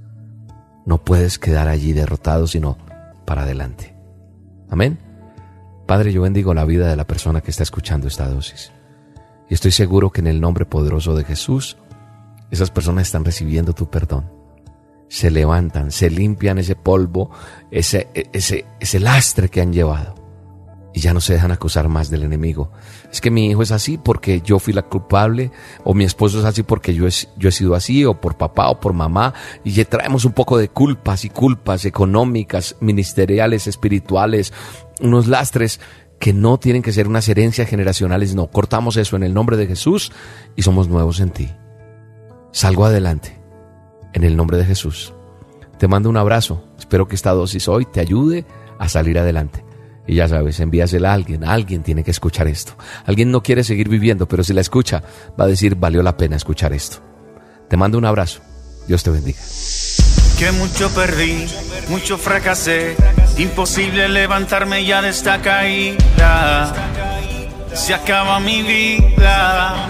No puedes quedar allí derrotado, sino para adelante. Amén. Padre, yo bendigo la vida de la persona que está escuchando esta dosis. Y estoy seguro que en el nombre poderoso de Jesús, esas personas están recibiendo tu perdón. Se levantan, se limpian ese polvo, ese, ese, ese lastre que han llevado. y ya no se dejan acusar más del enemigo. Es que mi hijo es así porque yo fui la culpable, o mi esposo es así porque yo he, yo he sido así, o por papá o por mamá, y ya traemos un poco de culpas y culpas económicas, ministeriales, espirituales, unos lastres que no tienen que ser unas herencias generacionales. No, cortamos eso en el nombre de Jesús y somos nuevos en ti. Salgo adelante en el nombre de Jesús. Te mando un abrazo. Espero que esta dosis hoy te ayude a salir adelante. Y ya sabes, envíasela a alguien. Alguien tiene que escuchar esto. Alguien no quiere seguir viviendo, pero si la escucha, va a decir, valió la pena escuchar esto. Te mando un abrazo. Dios te bendiga. Que mucho perdí, mucho fracasé. Imposible levantarme ya de esta caída. Se acaba mi vida.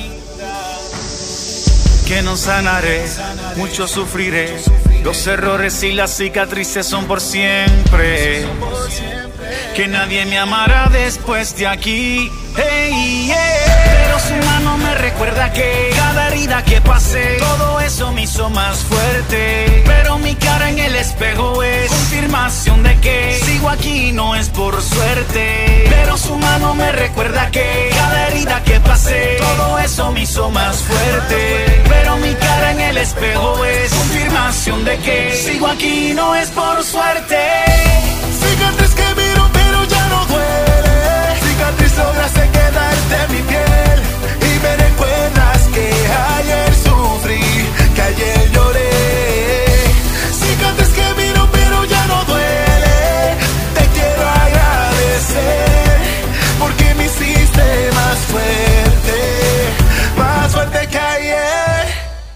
Que no sanaré, mucho sufriré. Los errores y las cicatrices son por siempre. Que nadie me amará después de aquí. Hey, yeah. Pero su mano me recuerda que cada herida que pasé, todo eso me hizo más fuerte. Pero mi cara en el espejo es confirmación de que sigo aquí, no es por suerte. Pero su mano me recuerda que cada herida que pasé, todo eso me hizo más fuerte. Pero mi cara en el espejo es confirmación de que sigo aquí, no es por suerte. Cicatriz que miro pero ya no duele. Cicatriz lograste quedarte mi piel. Y me recuerdas que ayer sufrí, que ayer lloré. Cicatriz que miro pero ya no duele. Te quiero agradecer porque me hiciste más fuerte, más fuerte que ayer.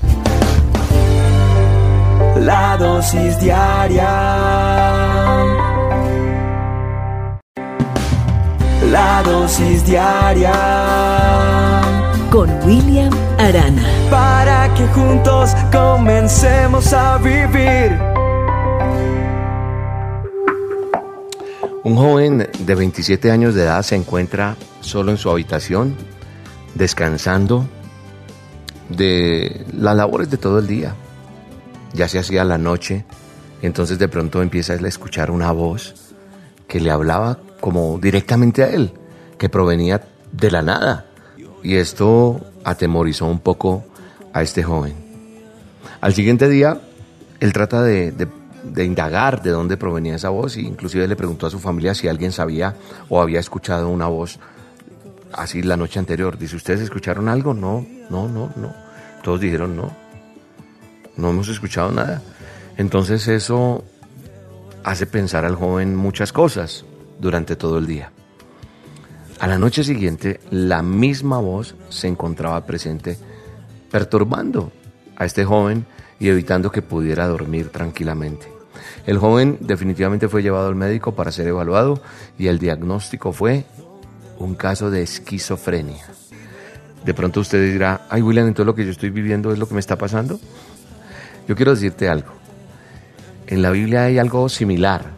La dosis diaria. La dosis diaria con William Arana, para que juntos comencemos a vivir. Un joven de veintisiete años de edad se encuentra solo en su habitación, descansando de las labores de todo el día. Ya se hacía la noche, entonces de pronto empieza a escuchar una voz que le hablaba como directamente a él, que provenía de la nada. Y esto atemorizó un poco a este joven. Al siguiente día, él trata de, de, de indagar de dónde provenía esa voz, e inclusive le preguntó a su familia si alguien sabía o había escuchado una voz así la noche anterior. Dice, ¿ustedes escucharon algo? No, no, no, no. Todos dijeron no, no hemos escuchado nada. Entonces eso hace pensar al joven muchas cosas durante todo el día. A la noche siguiente, la misma voz se encontraba presente, perturbando a este joven y evitando que pudiera dormir tranquilamente. El joven definitivamente fue llevado al médico para ser evaluado y el diagnóstico fue un caso de esquizofrenia. De pronto usted dirá, ay William, entonces lo que yo estoy viviendo es lo que me está pasando. Yo quiero decirte algo. En la Biblia hay algo similar,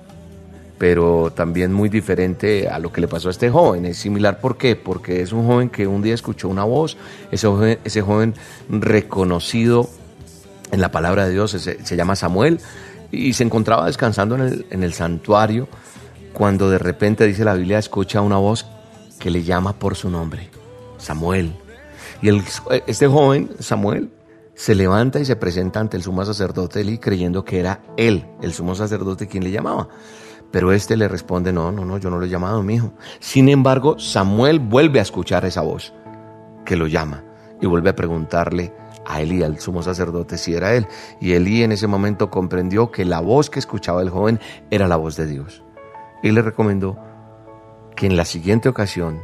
pero también muy diferente a lo que le pasó a este joven. Es similar, ¿por qué? Porque es un joven que un día escuchó una voz, ese joven, ese joven reconocido en la palabra de Dios, se, se llama Samuel, y se encontraba descansando en el, en el santuario, cuando de repente, dice la Biblia, escucha una voz que le llama por su nombre, Samuel. Y el, este joven, Samuel, se levanta y se presenta ante el sumo sacerdote Elí, creyendo que era él, el sumo sacerdote, quien le llamaba. Pero este le responde, no, no, no, yo no lo he llamado, mi hijo. Sin embargo, Samuel vuelve a escuchar esa voz que lo llama y vuelve a preguntarle a Elí, al sumo sacerdote, si era él. Y Elí en ese momento comprendió que la voz que escuchaba el joven era la voz de Dios. Y le recomendó que en la siguiente ocasión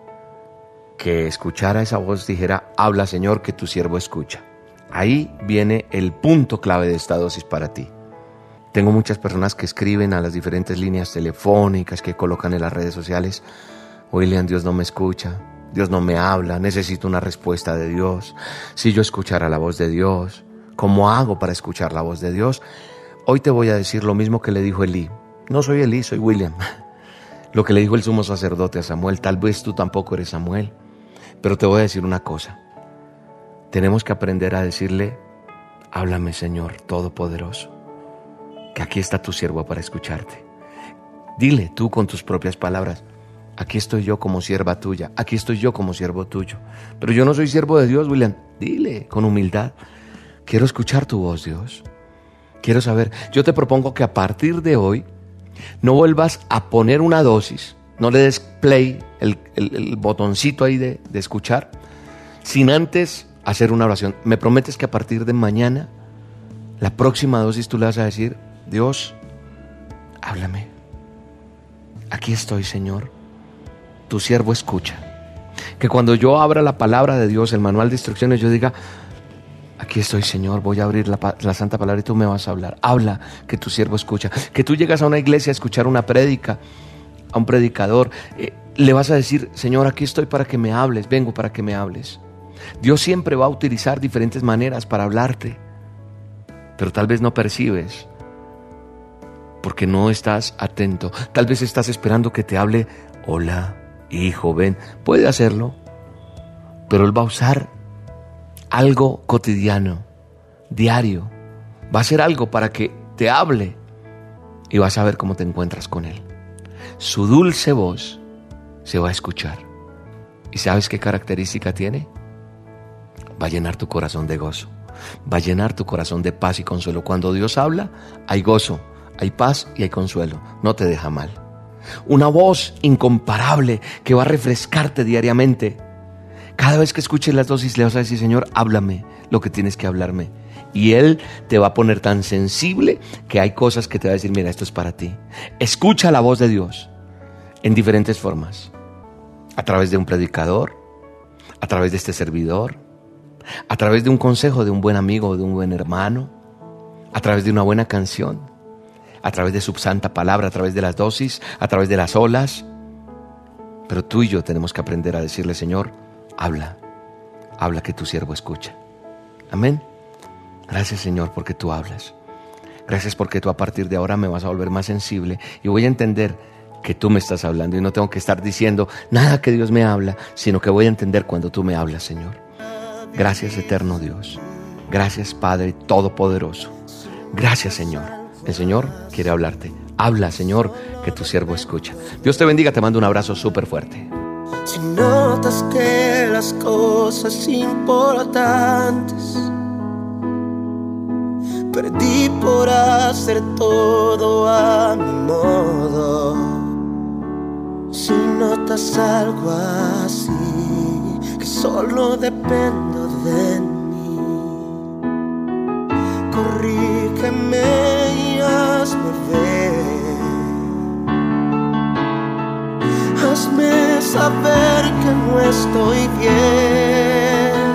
que escuchara esa voz dijera, habla Señor, que tu siervo escucha. Ahí viene el punto clave de esta dosis para ti. Tengo muchas personas que escriben a las diferentes líneas telefónicas, que colocan en las redes sociales, William, Dios no me escucha, Dios no me habla, necesito una respuesta de Dios. Si yo escuchara la voz de Dios, ¿cómo hago para escuchar la voz de Dios? Hoy te voy a decir lo mismo que le dijo Elí. No soy Elí, soy William. Lo que le dijo el sumo sacerdote a Samuel, tal vez tú tampoco eres Samuel, pero te voy a decir una cosa. Tenemos que aprender a decirle, háblame Señor Todopoderoso, que aquí está tu siervo para escucharte. Dile tú con tus propias palabras: aquí estoy yo como sierva tuya, aquí estoy yo como siervo tuyo. Pero yo no soy siervo de Dios, William. Dile con humildad: quiero escuchar tu voz, Dios. Quiero saber. Yo te propongo que a partir de hoy no vuelvas a poner una dosis, no le des play, el, el, el botoncito ahí de, de escuchar, sin antes hacer una oración. Me prometes que a partir de mañana, la próxima dosis tú le vas a decir: Dios, háblame. Aquí estoy, Señor. Tu siervo escucha. Que cuando yo abra la palabra de Dios, el manual de instrucciones, yo diga: aquí estoy, Señor, voy a abrir la, la santa palabra y tú me vas a hablar. Habla, que tu siervo escucha. Que tú llegas a una iglesia a escuchar una prédica, a un predicador, eh, le vas a decir: Señor, aquí estoy para que me hables, vengo para que me hables. Dios siempre va a utilizar diferentes maneras para hablarte, pero tal vez no percibes, porque no estás atento. Tal vez estás esperando que te hable: hola, hijo, ven. Puede hacerlo, pero Él va a usar algo cotidiano, diario. Va a hacer algo para que te hable y vas a ver cómo te encuentras con Él. Su dulce voz se va a escuchar. ¿Y sabes qué característica tiene? Va a llenar tu corazón de gozo. Va a llenar tu corazón de paz y consuelo. Cuando Dios habla, hay gozo, hay paz y hay consuelo. No te deja mal. Una voz incomparable que va a refrescarte diariamente. Cada vez que escuches las dosis le vas a decir: Señor, háblame lo que tienes que hablarme. Y Él te va a poner tan sensible que hay cosas que te va a decir: mira, esto es para ti. Escucha la voz de Dios en diferentes formas. A través de un predicador, a través de este servidor, a través de un consejo de un buen amigo, de un buen hermano, a través de una buena canción, a través de su santa palabra, a través de las dosis, a través de las olas. Pero tú y yo tenemos que aprender a decirle: Señor, habla, habla, que tu siervo escucha. Amén. Gracias, Señor, porque tú hablas. Gracias porque tú a partir de ahora me vas a volver más sensible y voy a entender que tú me estás hablando y no tengo que estar diciendo nada que Dios me habla, sino que voy a entender cuando tú me hablas, Señor. Gracias, eterno Dios. Gracias, Padre Todopoderoso. Gracias, Señor. El Señor quiere hablarte. Habla, Señor, que tu siervo escucha. Dios te bendiga, te mando un abrazo súper fuerte. Si notas que las cosas importantes perdí por hacer todo a mi modo, si notas algo así, que solo dependo de mí, corrígeme y hazme ver, hazme saber que no estoy bien.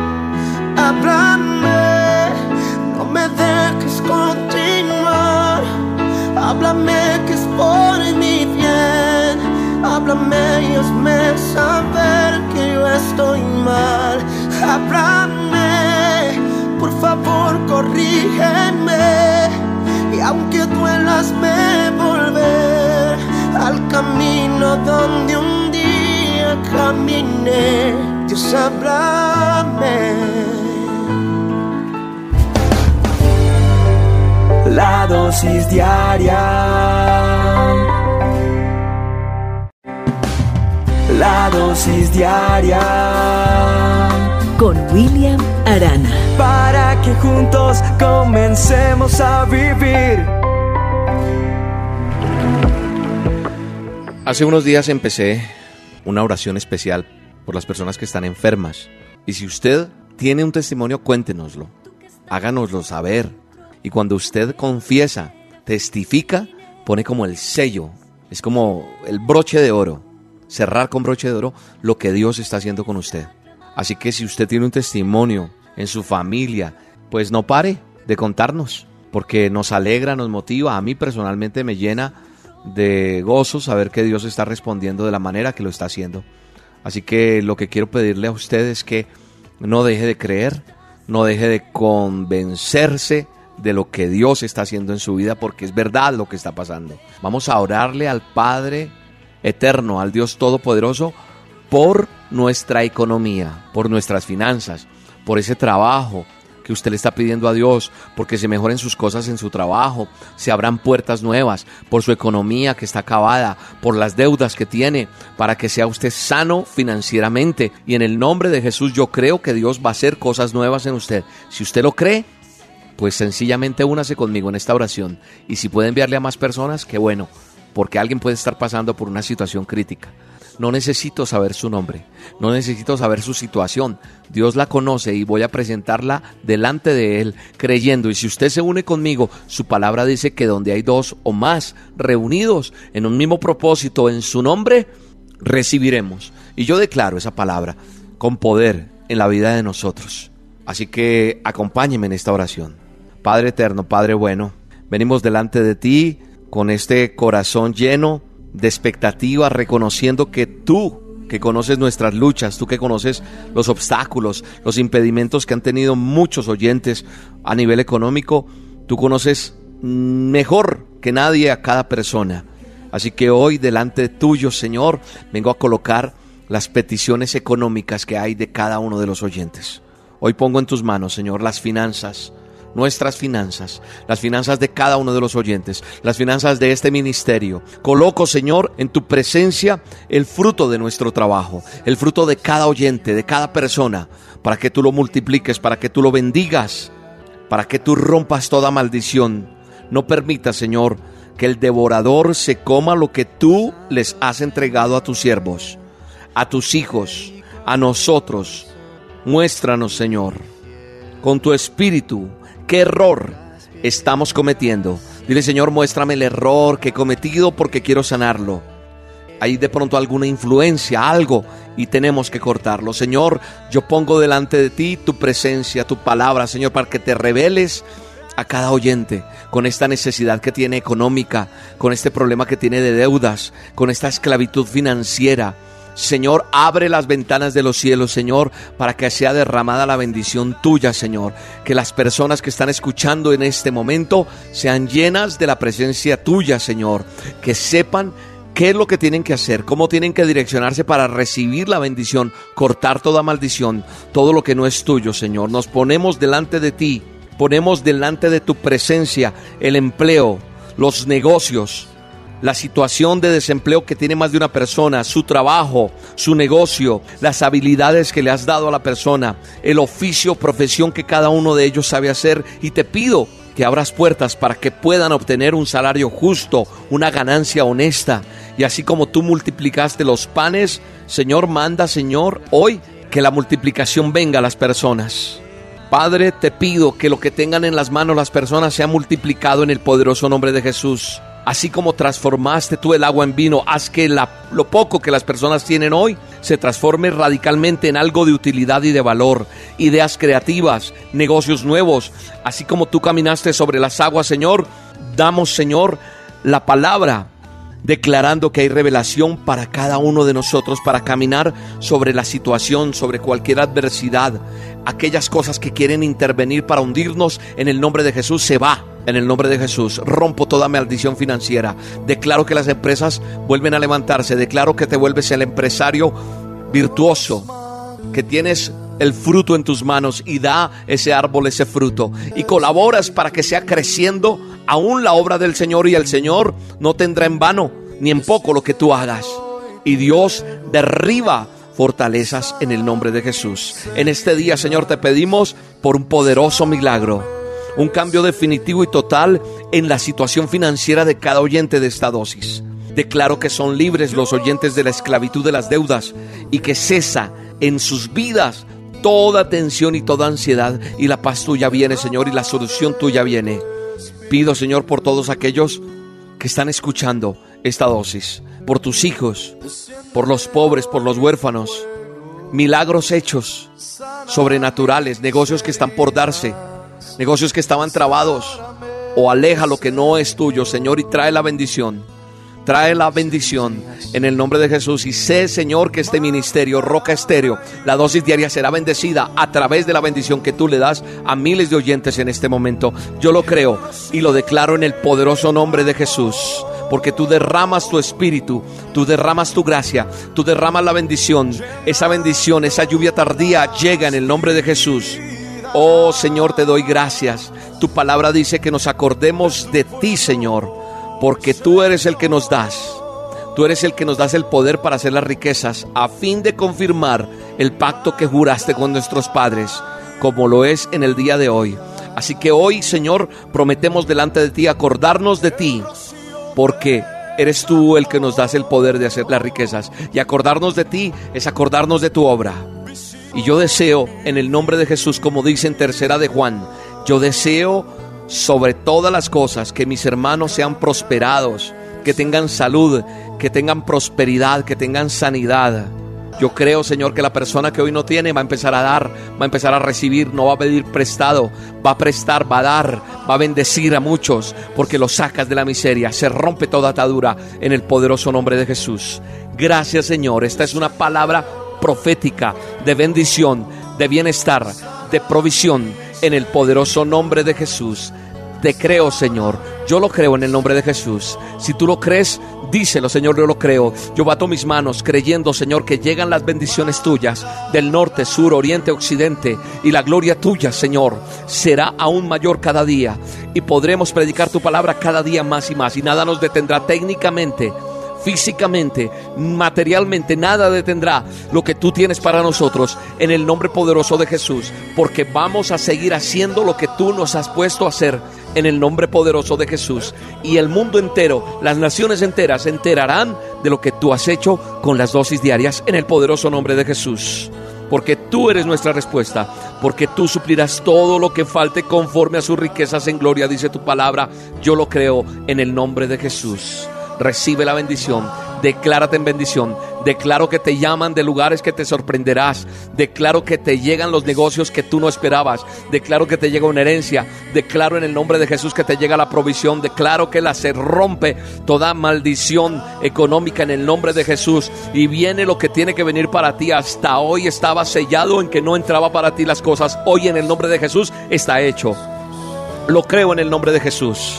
Háblame, no me dejes continuar. Háblame que es por mi bien. Háblame y hazme saber que yo estoy mal. Háblame, por favor corrígeme. Y aunque duela, hazme volver al camino donde un día caminé. Dios, háblame. La dosis diaria. La dosis diaria. Con William Arana. Para que juntos comencemos a vivir. Hace unos días empecé una oración especial por las personas que están enfermas. Y si usted tiene un testimonio, cuéntenoslo. Háganoslo saber. Y cuando usted confiesa, testifica, pone como el sello. Es como el broche de oro. Cerrar con broche de oro lo que Dios está haciendo con usted. Así que si usted tiene un testimonio en su familia, pues no pare de contarnos. Porque nos alegra, nos motiva. A mí personalmente me llena de gozo saber que Dios está respondiendo de la manera que lo está haciendo. Así que lo que quiero pedirle a usted es que no deje de creer, no deje de convencerse de lo que Dios está haciendo en su vida, porque es verdad lo que está pasando. Vamos a orarle al Padre Eterno, al Dios Todopoderoso, por nuestra economía, por nuestras finanzas, por ese trabajo que usted le está pidiendo a Dios, porque se mejoren sus cosas en su trabajo, se abran puertas nuevas, por su economía que está acabada, por las deudas que tiene, para que sea usted sano financieramente. Y en el nombre de Jesús yo creo que Dios va a hacer cosas nuevas en usted. Si usted lo cree, pues sencillamente únase conmigo en esta oración. Y si puede enviarle a más personas, qué bueno, porque alguien puede estar pasando por una situación crítica. No necesito saber su nombre, no necesito saber su situación. Dios la conoce y voy a presentarla delante de Él, creyendo. Y si usted se une conmigo, su palabra dice que donde hay dos o más reunidos en un mismo propósito, en su nombre, recibiremos. Y yo declaro esa palabra con poder en la vida de nosotros. Así que acompáñeme en esta oración. Padre eterno, Padre bueno, venimos delante de ti con este corazón lleno de expectativa, reconociendo que tú, que conoces nuestras luchas, tú que conoces los obstáculos, los impedimentos que han tenido muchos oyentes a nivel económico, tú conoces mejor que nadie a cada persona. Así que hoy delante tuyo, Señor, vengo a colocar las peticiones económicas que hay de cada uno de los oyentes. Hoy pongo en tus manos, Señor, las finanzas, nuestras finanzas, las finanzas de cada uno de los oyentes, las finanzas de este ministerio. Coloco, Señor, en tu presencia el fruto de nuestro trabajo, el fruto de cada oyente, de cada persona, para que tú lo multipliques, para que tú lo bendigas, para que tú rompas toda maldición. No permitas, Señor, que el devorador se coma lo que tú les has entregado a tus siervos, a tus hijos, a nosotros. Muéstranos, Señor, con tu espíritu, qué error estamos cometiendo. Dile, Señor, muéstrame el error que he cometido porque quiero sanarlo. Hay de pronto alguna influencia, algo, y tenemos que cortarlo. Señor, yo pongo delante de ti tu presencia, tu palabra, Señor, para que te reveles a cada oyente con esta necesidad que tiene económica, con este problema que tiene de deudas, con esta esclavitud financiera. Señor, abre las ventanas de los cielos, Señor, para que sea derramada la bendición tuya, Señor. Que las personas que están escuchando en este momento sean llenas de la presencia tuya, Señor. Que sepan qué es lo que tienen que hacer, cómo tienen que direccionarse para recibir la bendición, cortar toda maldición, todo lo que no es tuyo, Señor. Nos ponemos delante de ti, ponemos delante de tu presencia el empleo, los negocios, la situación de desempleo que tiene más de una persona, su trabajo, su negocio, las habilidades que le has dado a la persona, el oficio, profesión que cada uno de ellos sabe hacer. Y te pido que abras puertas para que puedan obtener un salario justo, una ganancia honesta. Y así como tú multiplicaste los panes, Señor, manda, Señor, hoy que la multiplicación venga a las personas. Padre, te pido que lo que tengan en las manos las personas sea multiplicado en el poderoso nombre de Jesús. Así como transformaste tú el agua en vino, haz que la, lo poco que las personas tienen hoy se transforme radicalmente en algo de utilidad y de valor. Ideas creativas, negocios nuevos. Así como tú caminaste sobre las aguas, Señor, damos, Señor, la palabra declarando que hay revelación para cada uno de nosotros para caminar sobre la situación, sobre cualquier adversidad. Aquellas cosas que quieren intervenir para hundirnos, en el nombre de Jesús se va. En el nombre de Jesús, rompo toda maldición financiera. Declaro que las empresas vuelven a levantarse. Declaro que te vuelves el empresario virtuoso, que tienes el fruto en tus manos y da ese árbol ese fruto. Y colaboras para que sea creciendo aún la obra del Señor. Y el Señor no tendrá en vano ni en poco lo que tú hagas. Y Dios derriba fortalezas en el nombre de Jesús. En este día, Señor, te pedimos por un poderoso milagro. Un cambio definitivo y total en la situación financiera de cada oyente de esta dosis. Declaro que son libres los oyentes de la esclavitud de las deudas y que cesa en sus vidas toda tensión y toda ansiedad, y la paz tuya viene, Señor, y la solución tuya viene. Pido, Señor, por todos aquellos que están escuchando esta dosis, por tus hijos, por los pobres, por los huérfanos, milagros hechos, sobrenaturales, negocios que están por darse, negocios que estaban trabados, o aleja lo que no es tuyo, Señor, y trae la bendición. Trae la bendición en el nombre de Jesús. Y sé, Señor, que este ministerio, Roca Estéreo, la dosis diaria será bendecida a través de la bendición que tú le das a miles de oyentes en este momento. Yo lo creo y lo declaro en el poderoso nombre de Jesús. Porque tú derramas tu espíritu, tú derramas tu gracia, tú derramas la bendición. Esa bendición, esa lluvia tardía llega en el nombre de Jesús. Oh Señor, te doy gracias. Tu palabra dice que nos acordemos de ti, Señor, porque tú eres el que nos das. Tú eres el que nos das el poder para hacer las riquezas, a fin de confirmar el pacto que juraste con nuestros padres, como lo es en el día de hoy. Así que hoy, Señor, prometemos delante de ti acordarnos de ti, porque eres tú el que nos das el poder de hacer las riquezas. Y acordarnos de ti es acordarnos de tu obra. Y yo deseo, en el nombre de Jesús, como dice en tercera de Juan, yo deseo sobre todas las cosas que mis hermanos sean prosperados, que tengan salud, que tengan prosperidad, que tengan sanidad. Yo creo, Señor, que la persona que hoy no tiene va a empezar a dar, va a empezar a recibir, no va a pedir prestado, va a prestar, va a dar, va a bendecir a muchos, porque los sacas de la miseria. Se rompe toda atadura en el poderoso nombre de Jesús. Gracias, Señor. Esta es una palabra profética de bendición, de bienestar, de provisión en el poderoso nombre de Jesús. Te creo, Señor. Yo lo creo en el nombre de Jesús. Si tú lo crees, díselo, Señor, yo lo creo. Yo bato mis manos creyendo, Señor, que llegan las bendiciones tuyas del norte, sur, oriente, occidente. Y la gloria tuya, Señor, será aún mayor cada día. Y podremos predicar tu palabra cada día más y más. Y nada nos detendrá técnicamente, físicamente, materialmente, nada detendrá lo que tú tienes para nosotros en el nombre poderoso de Jesús, porque vamos a seguir haciendo lo que tú nos has puesto a hacer en el nombre poderoso de Jesús. Y el mundo entero, las naciones enteras se enterarán de lo que tú has hecho con las dosis diarias en el poderoso nombre de Jesús, porque tú eres nuestra respuesta, porque tú suplirás todo lo que falte conforme a sus riquezas en gloria, dice tu palabra. Yo lo creo en el nombre de Jesús. Recibe la bendición, declárate en bendición. Declaro que te llaman de lugares que te sorprenderás. Declaro que te llegan los negocios que tú no esperabas. Declaro que te llega una herencia. Declaro en el nombre de Jesús que te llega la provisión. Declaro que la se rompe toda maldición económica en el nombre de Jesús, y viene lo que tiene que venir para ti. Hasta hoy estaba sellado en que no entraba para ti las cosas. Hoy en el nombre de Jesús está hecho. Lo creo en el nombre de Jesús.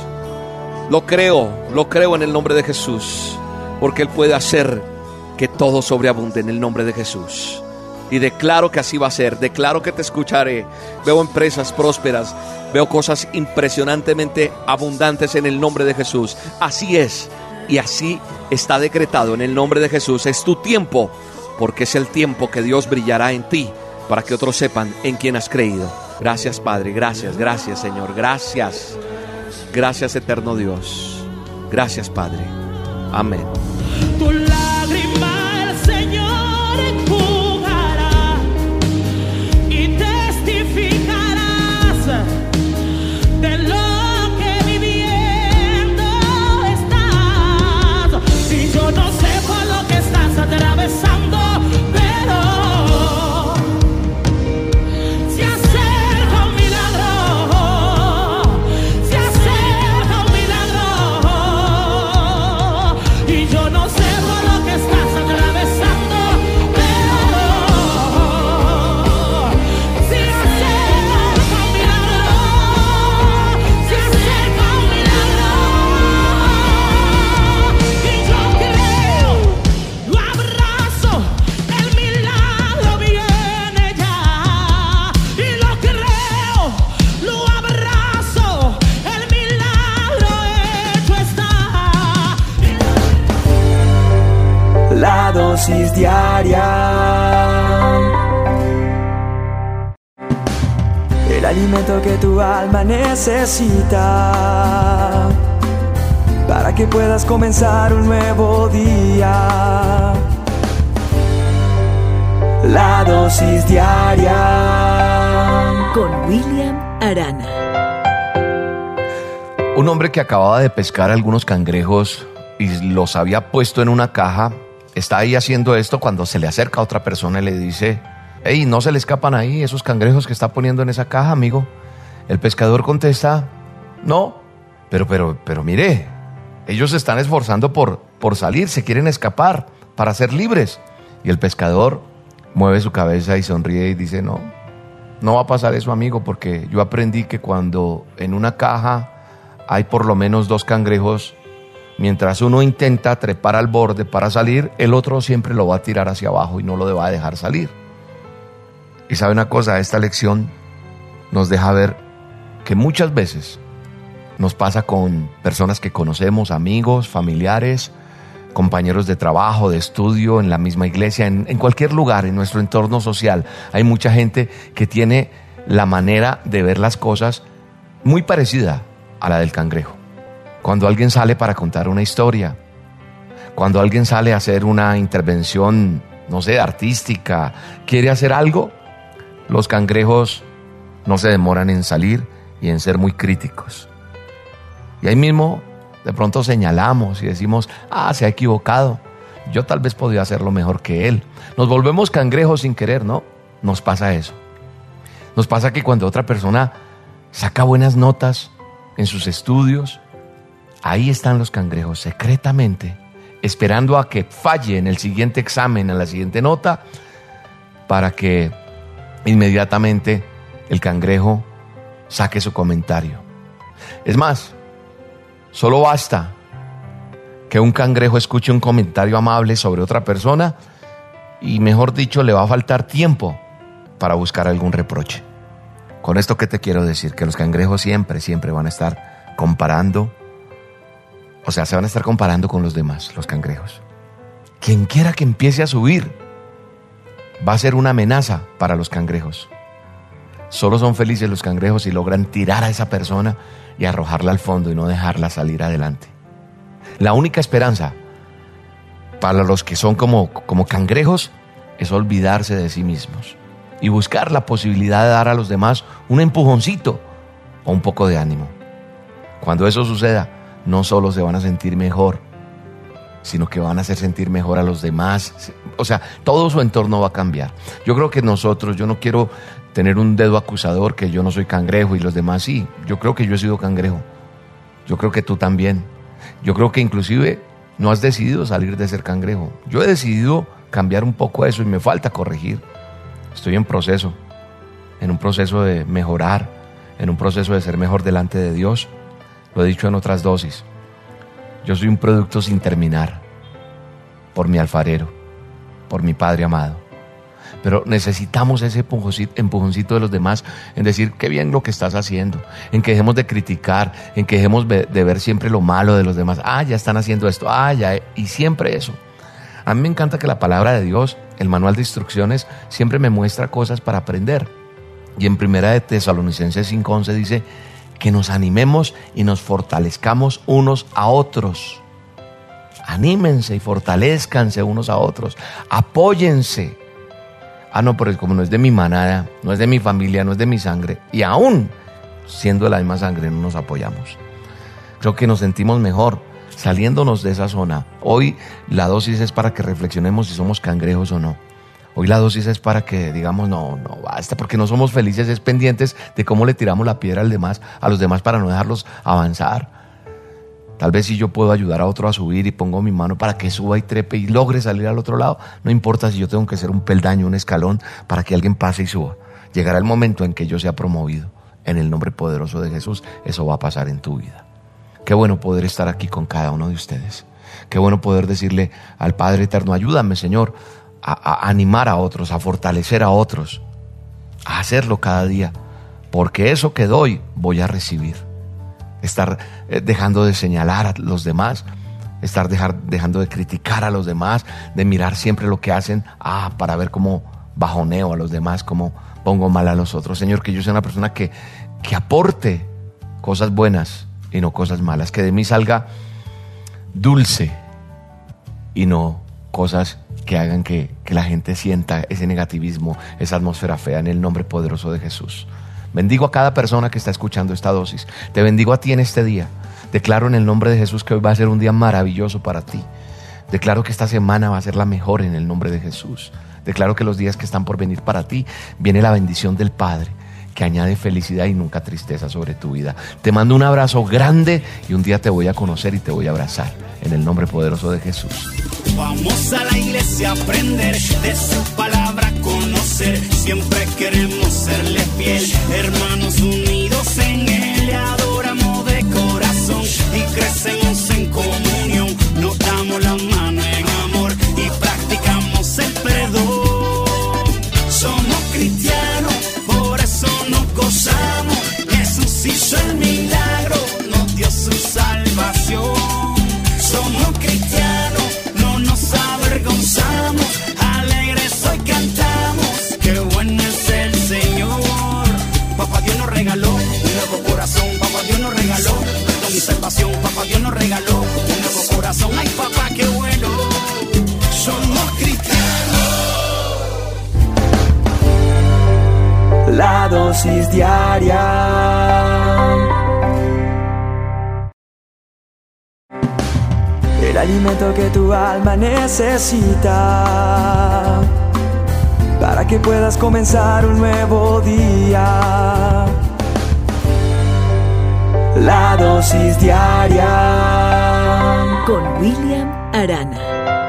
Lo creo, lo creo en el nombre de Jesús, porque Él puede hacer que todo sobreabunde en el nombre de Jesús. Y declaro que así va a ser. Declaro que te escucharé. Veo empresas prósperas, veo cosas impresionantemente abundantes en el nombre de Jesús. Así es, y así está decretado en el nombre de Jesús. Es tu tiempo, porque es el tiempo que Dios brillará en ti, para que otros sepan en quién has creído. Gracias, Padre, gracias, gracias, Señor, gracias. Gracias, eterno Dios. Gracias, Padre. Amén. Tu lágrima el Señor enjugará y testificarás de lo que viviendo estás. Y yo no sé por lo que estás atravesando, pero se acerca un milagro. Se acerca un milagro. Y yo no sé por lo que estás atravesando, pero se acerca un milagro. Se acerca un milagro. Y yo creo, lo abrazo, el milagro viene ya. Y lo creo, lo abrazo, el milagro hecho está. La dosis diaria, el alimento que tu alma necesita para que puedas comenzar un nuevo día. La dosis diaria con William Arana. Un hombre que acababa de pescar algunos cangrejos y los había puesto en una caja, está ahí haciendo esto cuando se le acerca a otra persona y le dice: hey, ¿no se le escapan ahí esos cangrejos que está poniendo en esa caja, amigo? El pescador contesta: no, pero, pero, pero mire, ellos se están esforzando por, por salir, se quieren escapar para ser libres. Y el pescador mueve su cabeza y sonríe y dice: no, no va a pasar eso, amigo, porque yo aprendí que cuando en una caja hay por lo menos dos cangrejos, mientras uno intenta trepar al borde para salir, el otro siempre lo va a tirar hacia abajo y no lo va a dejar salir. Y sabe una cosa, esta lección nos deja ver que muchas veces nos pasa con personas que conocemos, amigos, familiares, compañeros de trabajo, de estudio, en la misma iglesia, en, en cualquier lugar, en nuestro entorno social. Hay mucha gente que tiene la manera de ver las cosas muy parecida a la del cangrejo. Cuando alguien sale para contar una historia, cuando alguien sale a hacer una intervención, no sé, artística, quiere hacer algo, los cangrejos no se demoran en salir y en ser muy críticos. Y ahí mismo de pronto señalamos y decimos, ah, se ha equivocado, yo tal vez podía hacerlo mejor que él. Nos volvemos cangrejos sin querer, ¿no? Nos pasa eso. Nos pasa que cuando otra persona saca buenas notas en sus estudios, ahí están los cangrejos secretamente, esperando a que falle en el siguiente examen, en la siguiente nota, para que inmediatamente el cangrejo saque su comentario. Es más, solo basta que un cangrejo escuche un comentario amable sobre otra persona y, mejor dicho, le va a faltar tiempo para buscar algún reproche. Con esto, ¿qué te quiero decir? Que los cangrejos siempre, siempre van a estar comparando, o sea, se van a estar comparando con los demás, los cangrejos. Quien quiera que empiece a subir va a ser una amenaza para los cangrejos. Solo son felices los cangrejos si logran tirar a esa persona y arrojarla al fondo y no dejarla salir adelante. La única esperanza para los que son como, como cangrejos es olvidarse de sí mismos y buscar la posibilidad de dar a los demás un empujoncito o un poco de ánimo. Cuando eso suceda, no solo se van a sentir mejor, sino que van a hacer sentir mejor a los demás. O sea, todo su entorno va a cambiar. Yo creo que nosotros, yo no quiero tener un dedo acusador que yo no soy cangrejo y los demás sí. Yo creo que yo he sido cangrejo. Yo creo que tú también. Yo creo que inclusive no has decidido salir de ser cangrejo. Yo he decidido cambiar un poco eso y me falta corregir. Estoy en proceso, en un proceso de mejorar, en un proceso de ser mejor delante de Dios. Lo he dicho en otras dosis. Yo soy un producto sin terminar, por mi alfarero, por mi Padre amado. Pero necesitamos ese empujoncito, empujoncito de los demás en decir qué bien lo que estás haciendo, en que dejemos de criticar, en que dejemos de ver siempre lo malo de los demás. Ah, ya están haciendo esto, ah, ya, y siempre eso. A mí me encanta que la palabra de Dios, el manual de instrucciones, siempre me muestra cosas para aprender. Y en Primera de Tesalonicenses cinco once dice que nos animemos y nos fortalezcamos unos a otros. Anímense y fortalezcanse unos a otros. Apóyense. Ah, no, pero como no es de mi manada, no es de mi familia, no es de mi sangre, y aún siendo de la misma sangre no nos apoyamos. Creo que nos sentimos mejor saliéndonos de esa zona. Hoy la dosis es para que reflexionemos si somos cangrejos o no. Hoy la dosis es para que digamos, no, no basta, porque no somos felices, es pendientes de cómo le tiramos la piedra al demás, a los demás para no dejarlos avanzar. Tal vez si yo puedo ayudar a otro a subir y pongo mi mano para que suba y trepe y logre salir al otro lado, no importa si yo tengo que ser un peldaño, un escalón para que alguien pase y suba. Llegará el momento en que yo sea promovido. En el nombre poderoso de Jesús, eso va a pasar en tu vida. Qué bueno poder estar aquí con cada uno de ustedes. Qué bueno poder decirle al Padre Eterno, ayúdame, Señor, a, a animar a otros, a fortalecer a otros, a hacerlo cada día, porque eso que doy voy a recibir. Estar eh, dejando de señalar a los demás, estar dejar, dejando de criticar a los demás, de mirar siempre lo que hacen, ah, para ver cómo bajoneo a los demás, cómo pongo mal a los otros. Señor, que yo sea una persona que, que aporte cosas buenas y no cosas malas, que de mí salga dulce y no cosas que hagan que, que la gente sienta ese negativismo, esa atmósfera fea, en el nombre poderoso de Jesús. Bendigo a cada persona que está escuchando esta dosis. Te bendigo a ti en este día. Declaro en el nombre de Jesús que hoy va a ser un día maravilloso para ti. Declaro que esta semana va a ser la mejor en el nombre de Jesús. Declaro que los días que están por venir para ti, viene la bendición del Padre, que añade felicidad y nunca tristeza sobre tu vida. Te mando un abrazo grande y un día te voy a conocer y te voy a abrazar en el nombre poderoso de Jesús. Vamos a la iglesia a aprender de su palabra, conocer. Siempre queremos serle fiel, hermanos unidos en él. Le adoramos de corazón y crecemos en comunión. Nos damos la mano en amor y practicamos el perdón. Somos cristianos, por eso nos gozamos. La dosis diaria. El alimento que tu alma necesita para que puedas comenzar un nuevo día. La dosis diaria con William Arana.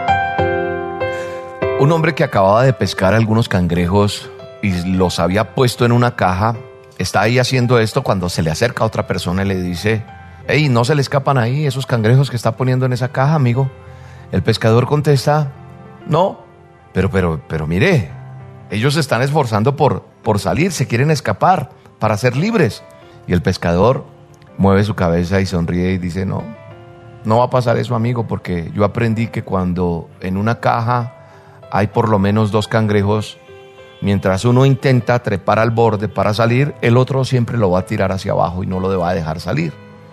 Un hombre que acababa de pescar algunos cangrejos y los había puesto en una caja, está ahí haciendo esto cuando se le acerca a otra persona y le dice: hey, ¿no se le escapan ahí esos cangrejos que está poniendo en esa caja, amigo? El pescador contesta: no, pero, pero, pero mire, ellos se están esforzando por, por salir, se quieren escapar para ser libres. Y el pescador mueve su cabeza y sonríe y dice: no, no va a pasar eso, amigo, porque yo aprendí que cuando en una caja hay por lo menos dos cangrejos, mientras uno intenta trepar al borde para salir, el otro siempre lo va a tirar hacia abajo y no lo va a dejar salir.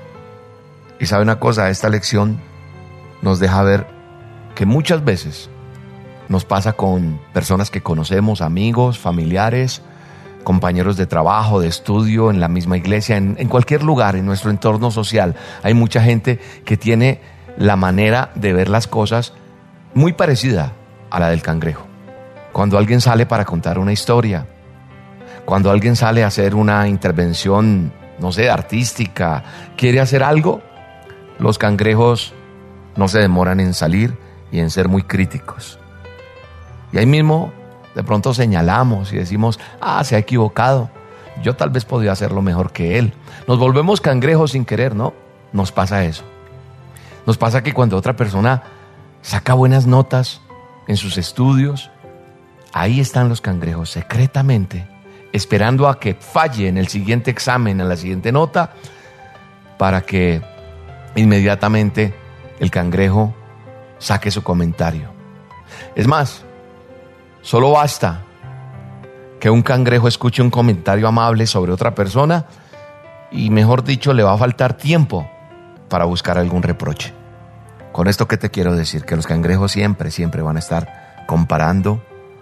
Y sabe una cosa, esta lección nos deja ver que muchas veces nos pasa con personas que conocemos, amigos, familiares, compañeros de trabajo, de estudio, en la misma iglesia, en, en cualquier lugar, en nuestro entorno social. Hay mucha gente que tiene la manera de ver las cosas muy parecida a la del cangrejo. Cuando alguien sale para contar una historia, cuando alguien sale a hacer una intervención, no sé, artística, quiere hacer algo, los cangrejos no se demoran en salir y en ser muy críticos. Y ahí mismo de pronto señalamos y decimos: ah, se ha equivocado, yo tal vez podría hacerlo mejor que él. Nos volvemos cangrejos sin querer, ¿no? Nos pasa eso. Nos pasa que cuando otra persona saca buenas notas en sus estudios, ahí están los cangrejos secretamente esperando a que falle en el siguiente examen, en la siguiente nota, para que inmediatamente el cangrejo saque su comentario. Es más, solo basta que un cangrejo escuche un comentario amable sobre otra persona y, mejor dicho, le va a faltar tiempo para buscar algún reproche. Con esto, ¿qué te quiero decir? Que los cangrejos siempre, siempre van a estar comparando,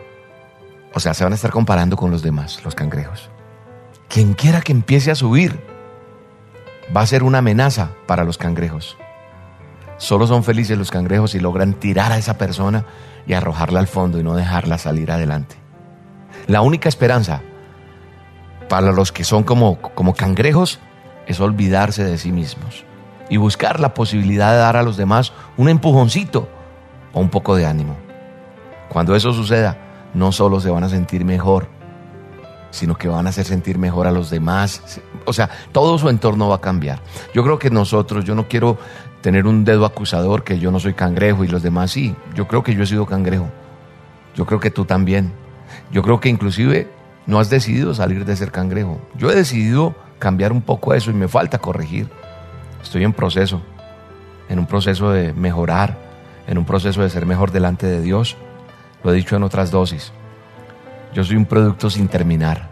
o sea, se van a estar comparando con los demás, los cangrejos. Quien quiera que empiece a subir va a ser una amenaza para los cangrejos. Solo son felices los cangrejos si logran tirar a esa persona y arrojarla al fondo y no dejarla salir adelante. La única esperanza para los que son como, como cangrejos es olvidarse de sí mismos y buscar la posibilidad de dar a los demás un empujoncito o un poco de ánimo. Cuando eso suceda, no solo se van a sentir mejor, sino que van a hacer sentir mejor a los demás. O sea, todo su entorno va a cambiar. Yo creo que nosotros, yo no quiero tener un dedo acusador que yo no soy cangrejo y los demás sí. Yo creo que yo he sido cangrejo. Yo creo que tú también. Yo creo que inclusive no has decidido salir de ser cangrejo. Yo he decidido cambiar un poco eso y me falta corregir. Estoy en proceso, en un proceso de mejorar, en un proceso de ser mejor delante de Dios. Lo he dicho en otras dosis. Yo soy un producto sin terminar,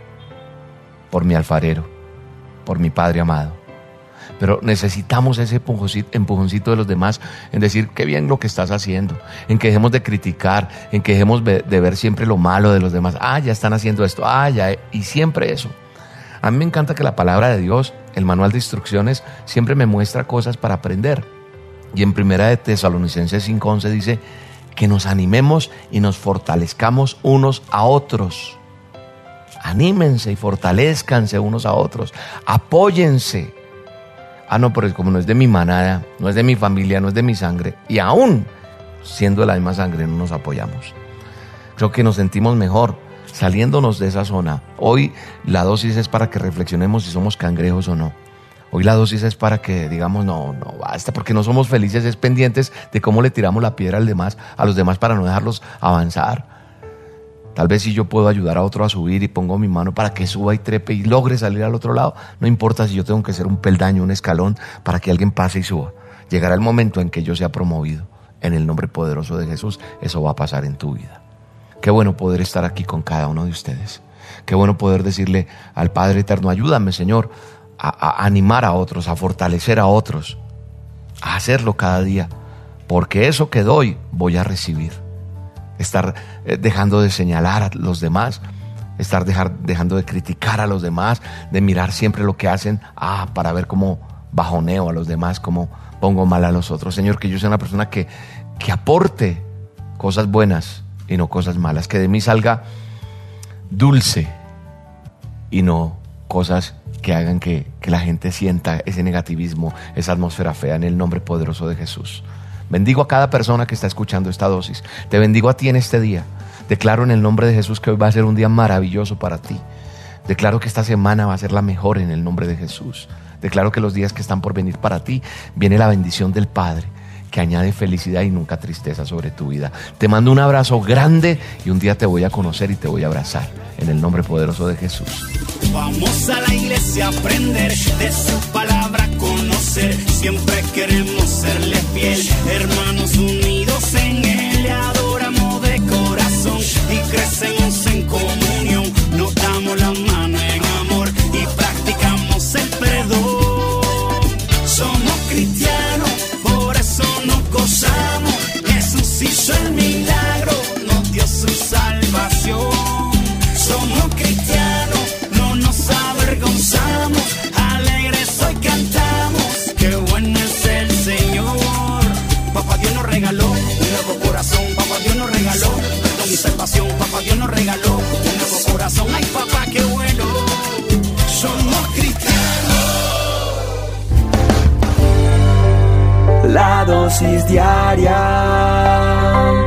por mi alfarero, por mi Padre amado. Pero necesitamos ese empujoncito, empujoncito de los demás en decir qué bien lo que estás haciendo, en que dejemos de criticar, en que dejemos de ver siempre lo malo de los demás. Ah, ya están haciendo esto, ah, ya, y siempre eso. A mí me encanta que la palabra de Dios, el manual de instrucciones, siempre me muestra cosas para aprender. Y en Primera de Tesalonicenses cinco once dice que nos animemos y nos fortalezcamos unos a otros. Anímense y fortalezcanse unos a otros. Apóyense. Ah, no, pero como no es de mi manada, no es de mi familia, no es de mi sangre, y aún siendo de la misma sangre no nos apoyamos. Creo que nos sentimos mejor saliéndonos de esa zona. Hoy la dosis es para que reflexionemos si somos cangrejos o no. Hoy la dosis es para que digamos, no, no basta, porque no somos felices, es pendientes de cómo le tiramos la piedra al demás, a los demás para no dejarlos avanzar. Tal vez si yo puedo ayudar a otro a subir y pongo mi mano para que suba y trepe y logre salir al otro lado, no importa si yo tengo que ser un peldaño, un escalón para que alguien pase y suba. Llegará el momento en que yo sea promovido. En el nombre poderoso de Jesús, eso va a pasar en tu vida. Qué bueno poder estar aquí con cada uno de ustedes. Qué bueno poder decirle al Padre Eterno: ayúdame, Señor, a, a animar a otros, a fortalecer a otros, a hacerlo cada día, porque eso que doy voy a recibir. Estar dejando de señalar a los demás estar dejar, dejando de criticar a los demás, de mirar siempre lo que hacen, ah, para ver cómo bajoneo a los demás, cómo pongo mal a los otros. Señor, que yo sea una persona que, que aporte cosas buenas y no cosas malas, que de mí salga dulce y no cosas que hagan que, que la gente sienta ese negativismo, esa atmósfera fea, en el nombre poderoso de Jesús. Bendigo a cada persona que está escuchando esta dosis. Te bendigo a ti en este día. Declaro en el nombre de Jesús que hoy va a ser un día maravilloso para ti. Declaro que esta semana va a ser la mejor en el nombre de Jesús. Declaro que los días que están por venir para ti, viene la bendición del Padre, que añade felicidad y nunca tristeza sobre tu vida. Te mando un abrazo grande y un día te voy a conocer y te voy a abrazar en el nombre poderoso de Jesús. Vamos a la iglesia a aprender de su palabra, conocer. Siempre queremos serle fiel, hermanos unidos en él. Le adoramos de corazón y crecemos en comunión. Nos damos la mano en amor y practicamos el perdón. Somos cristianos, por eso nos gozamos. Jesús hizo el milagro, nos dio su salvación. Somos cristianos, no nos avergonzamos, alegres hoy cantamos, qué bueno es el Señor. Papá Dios nos regaló un nuevo corazón, papá Dios nos regaló perdón y salvación, papá Dios nos regaló un nuevo corazón. Ay papá, qué bueno, somos cristianos. La dosis diaria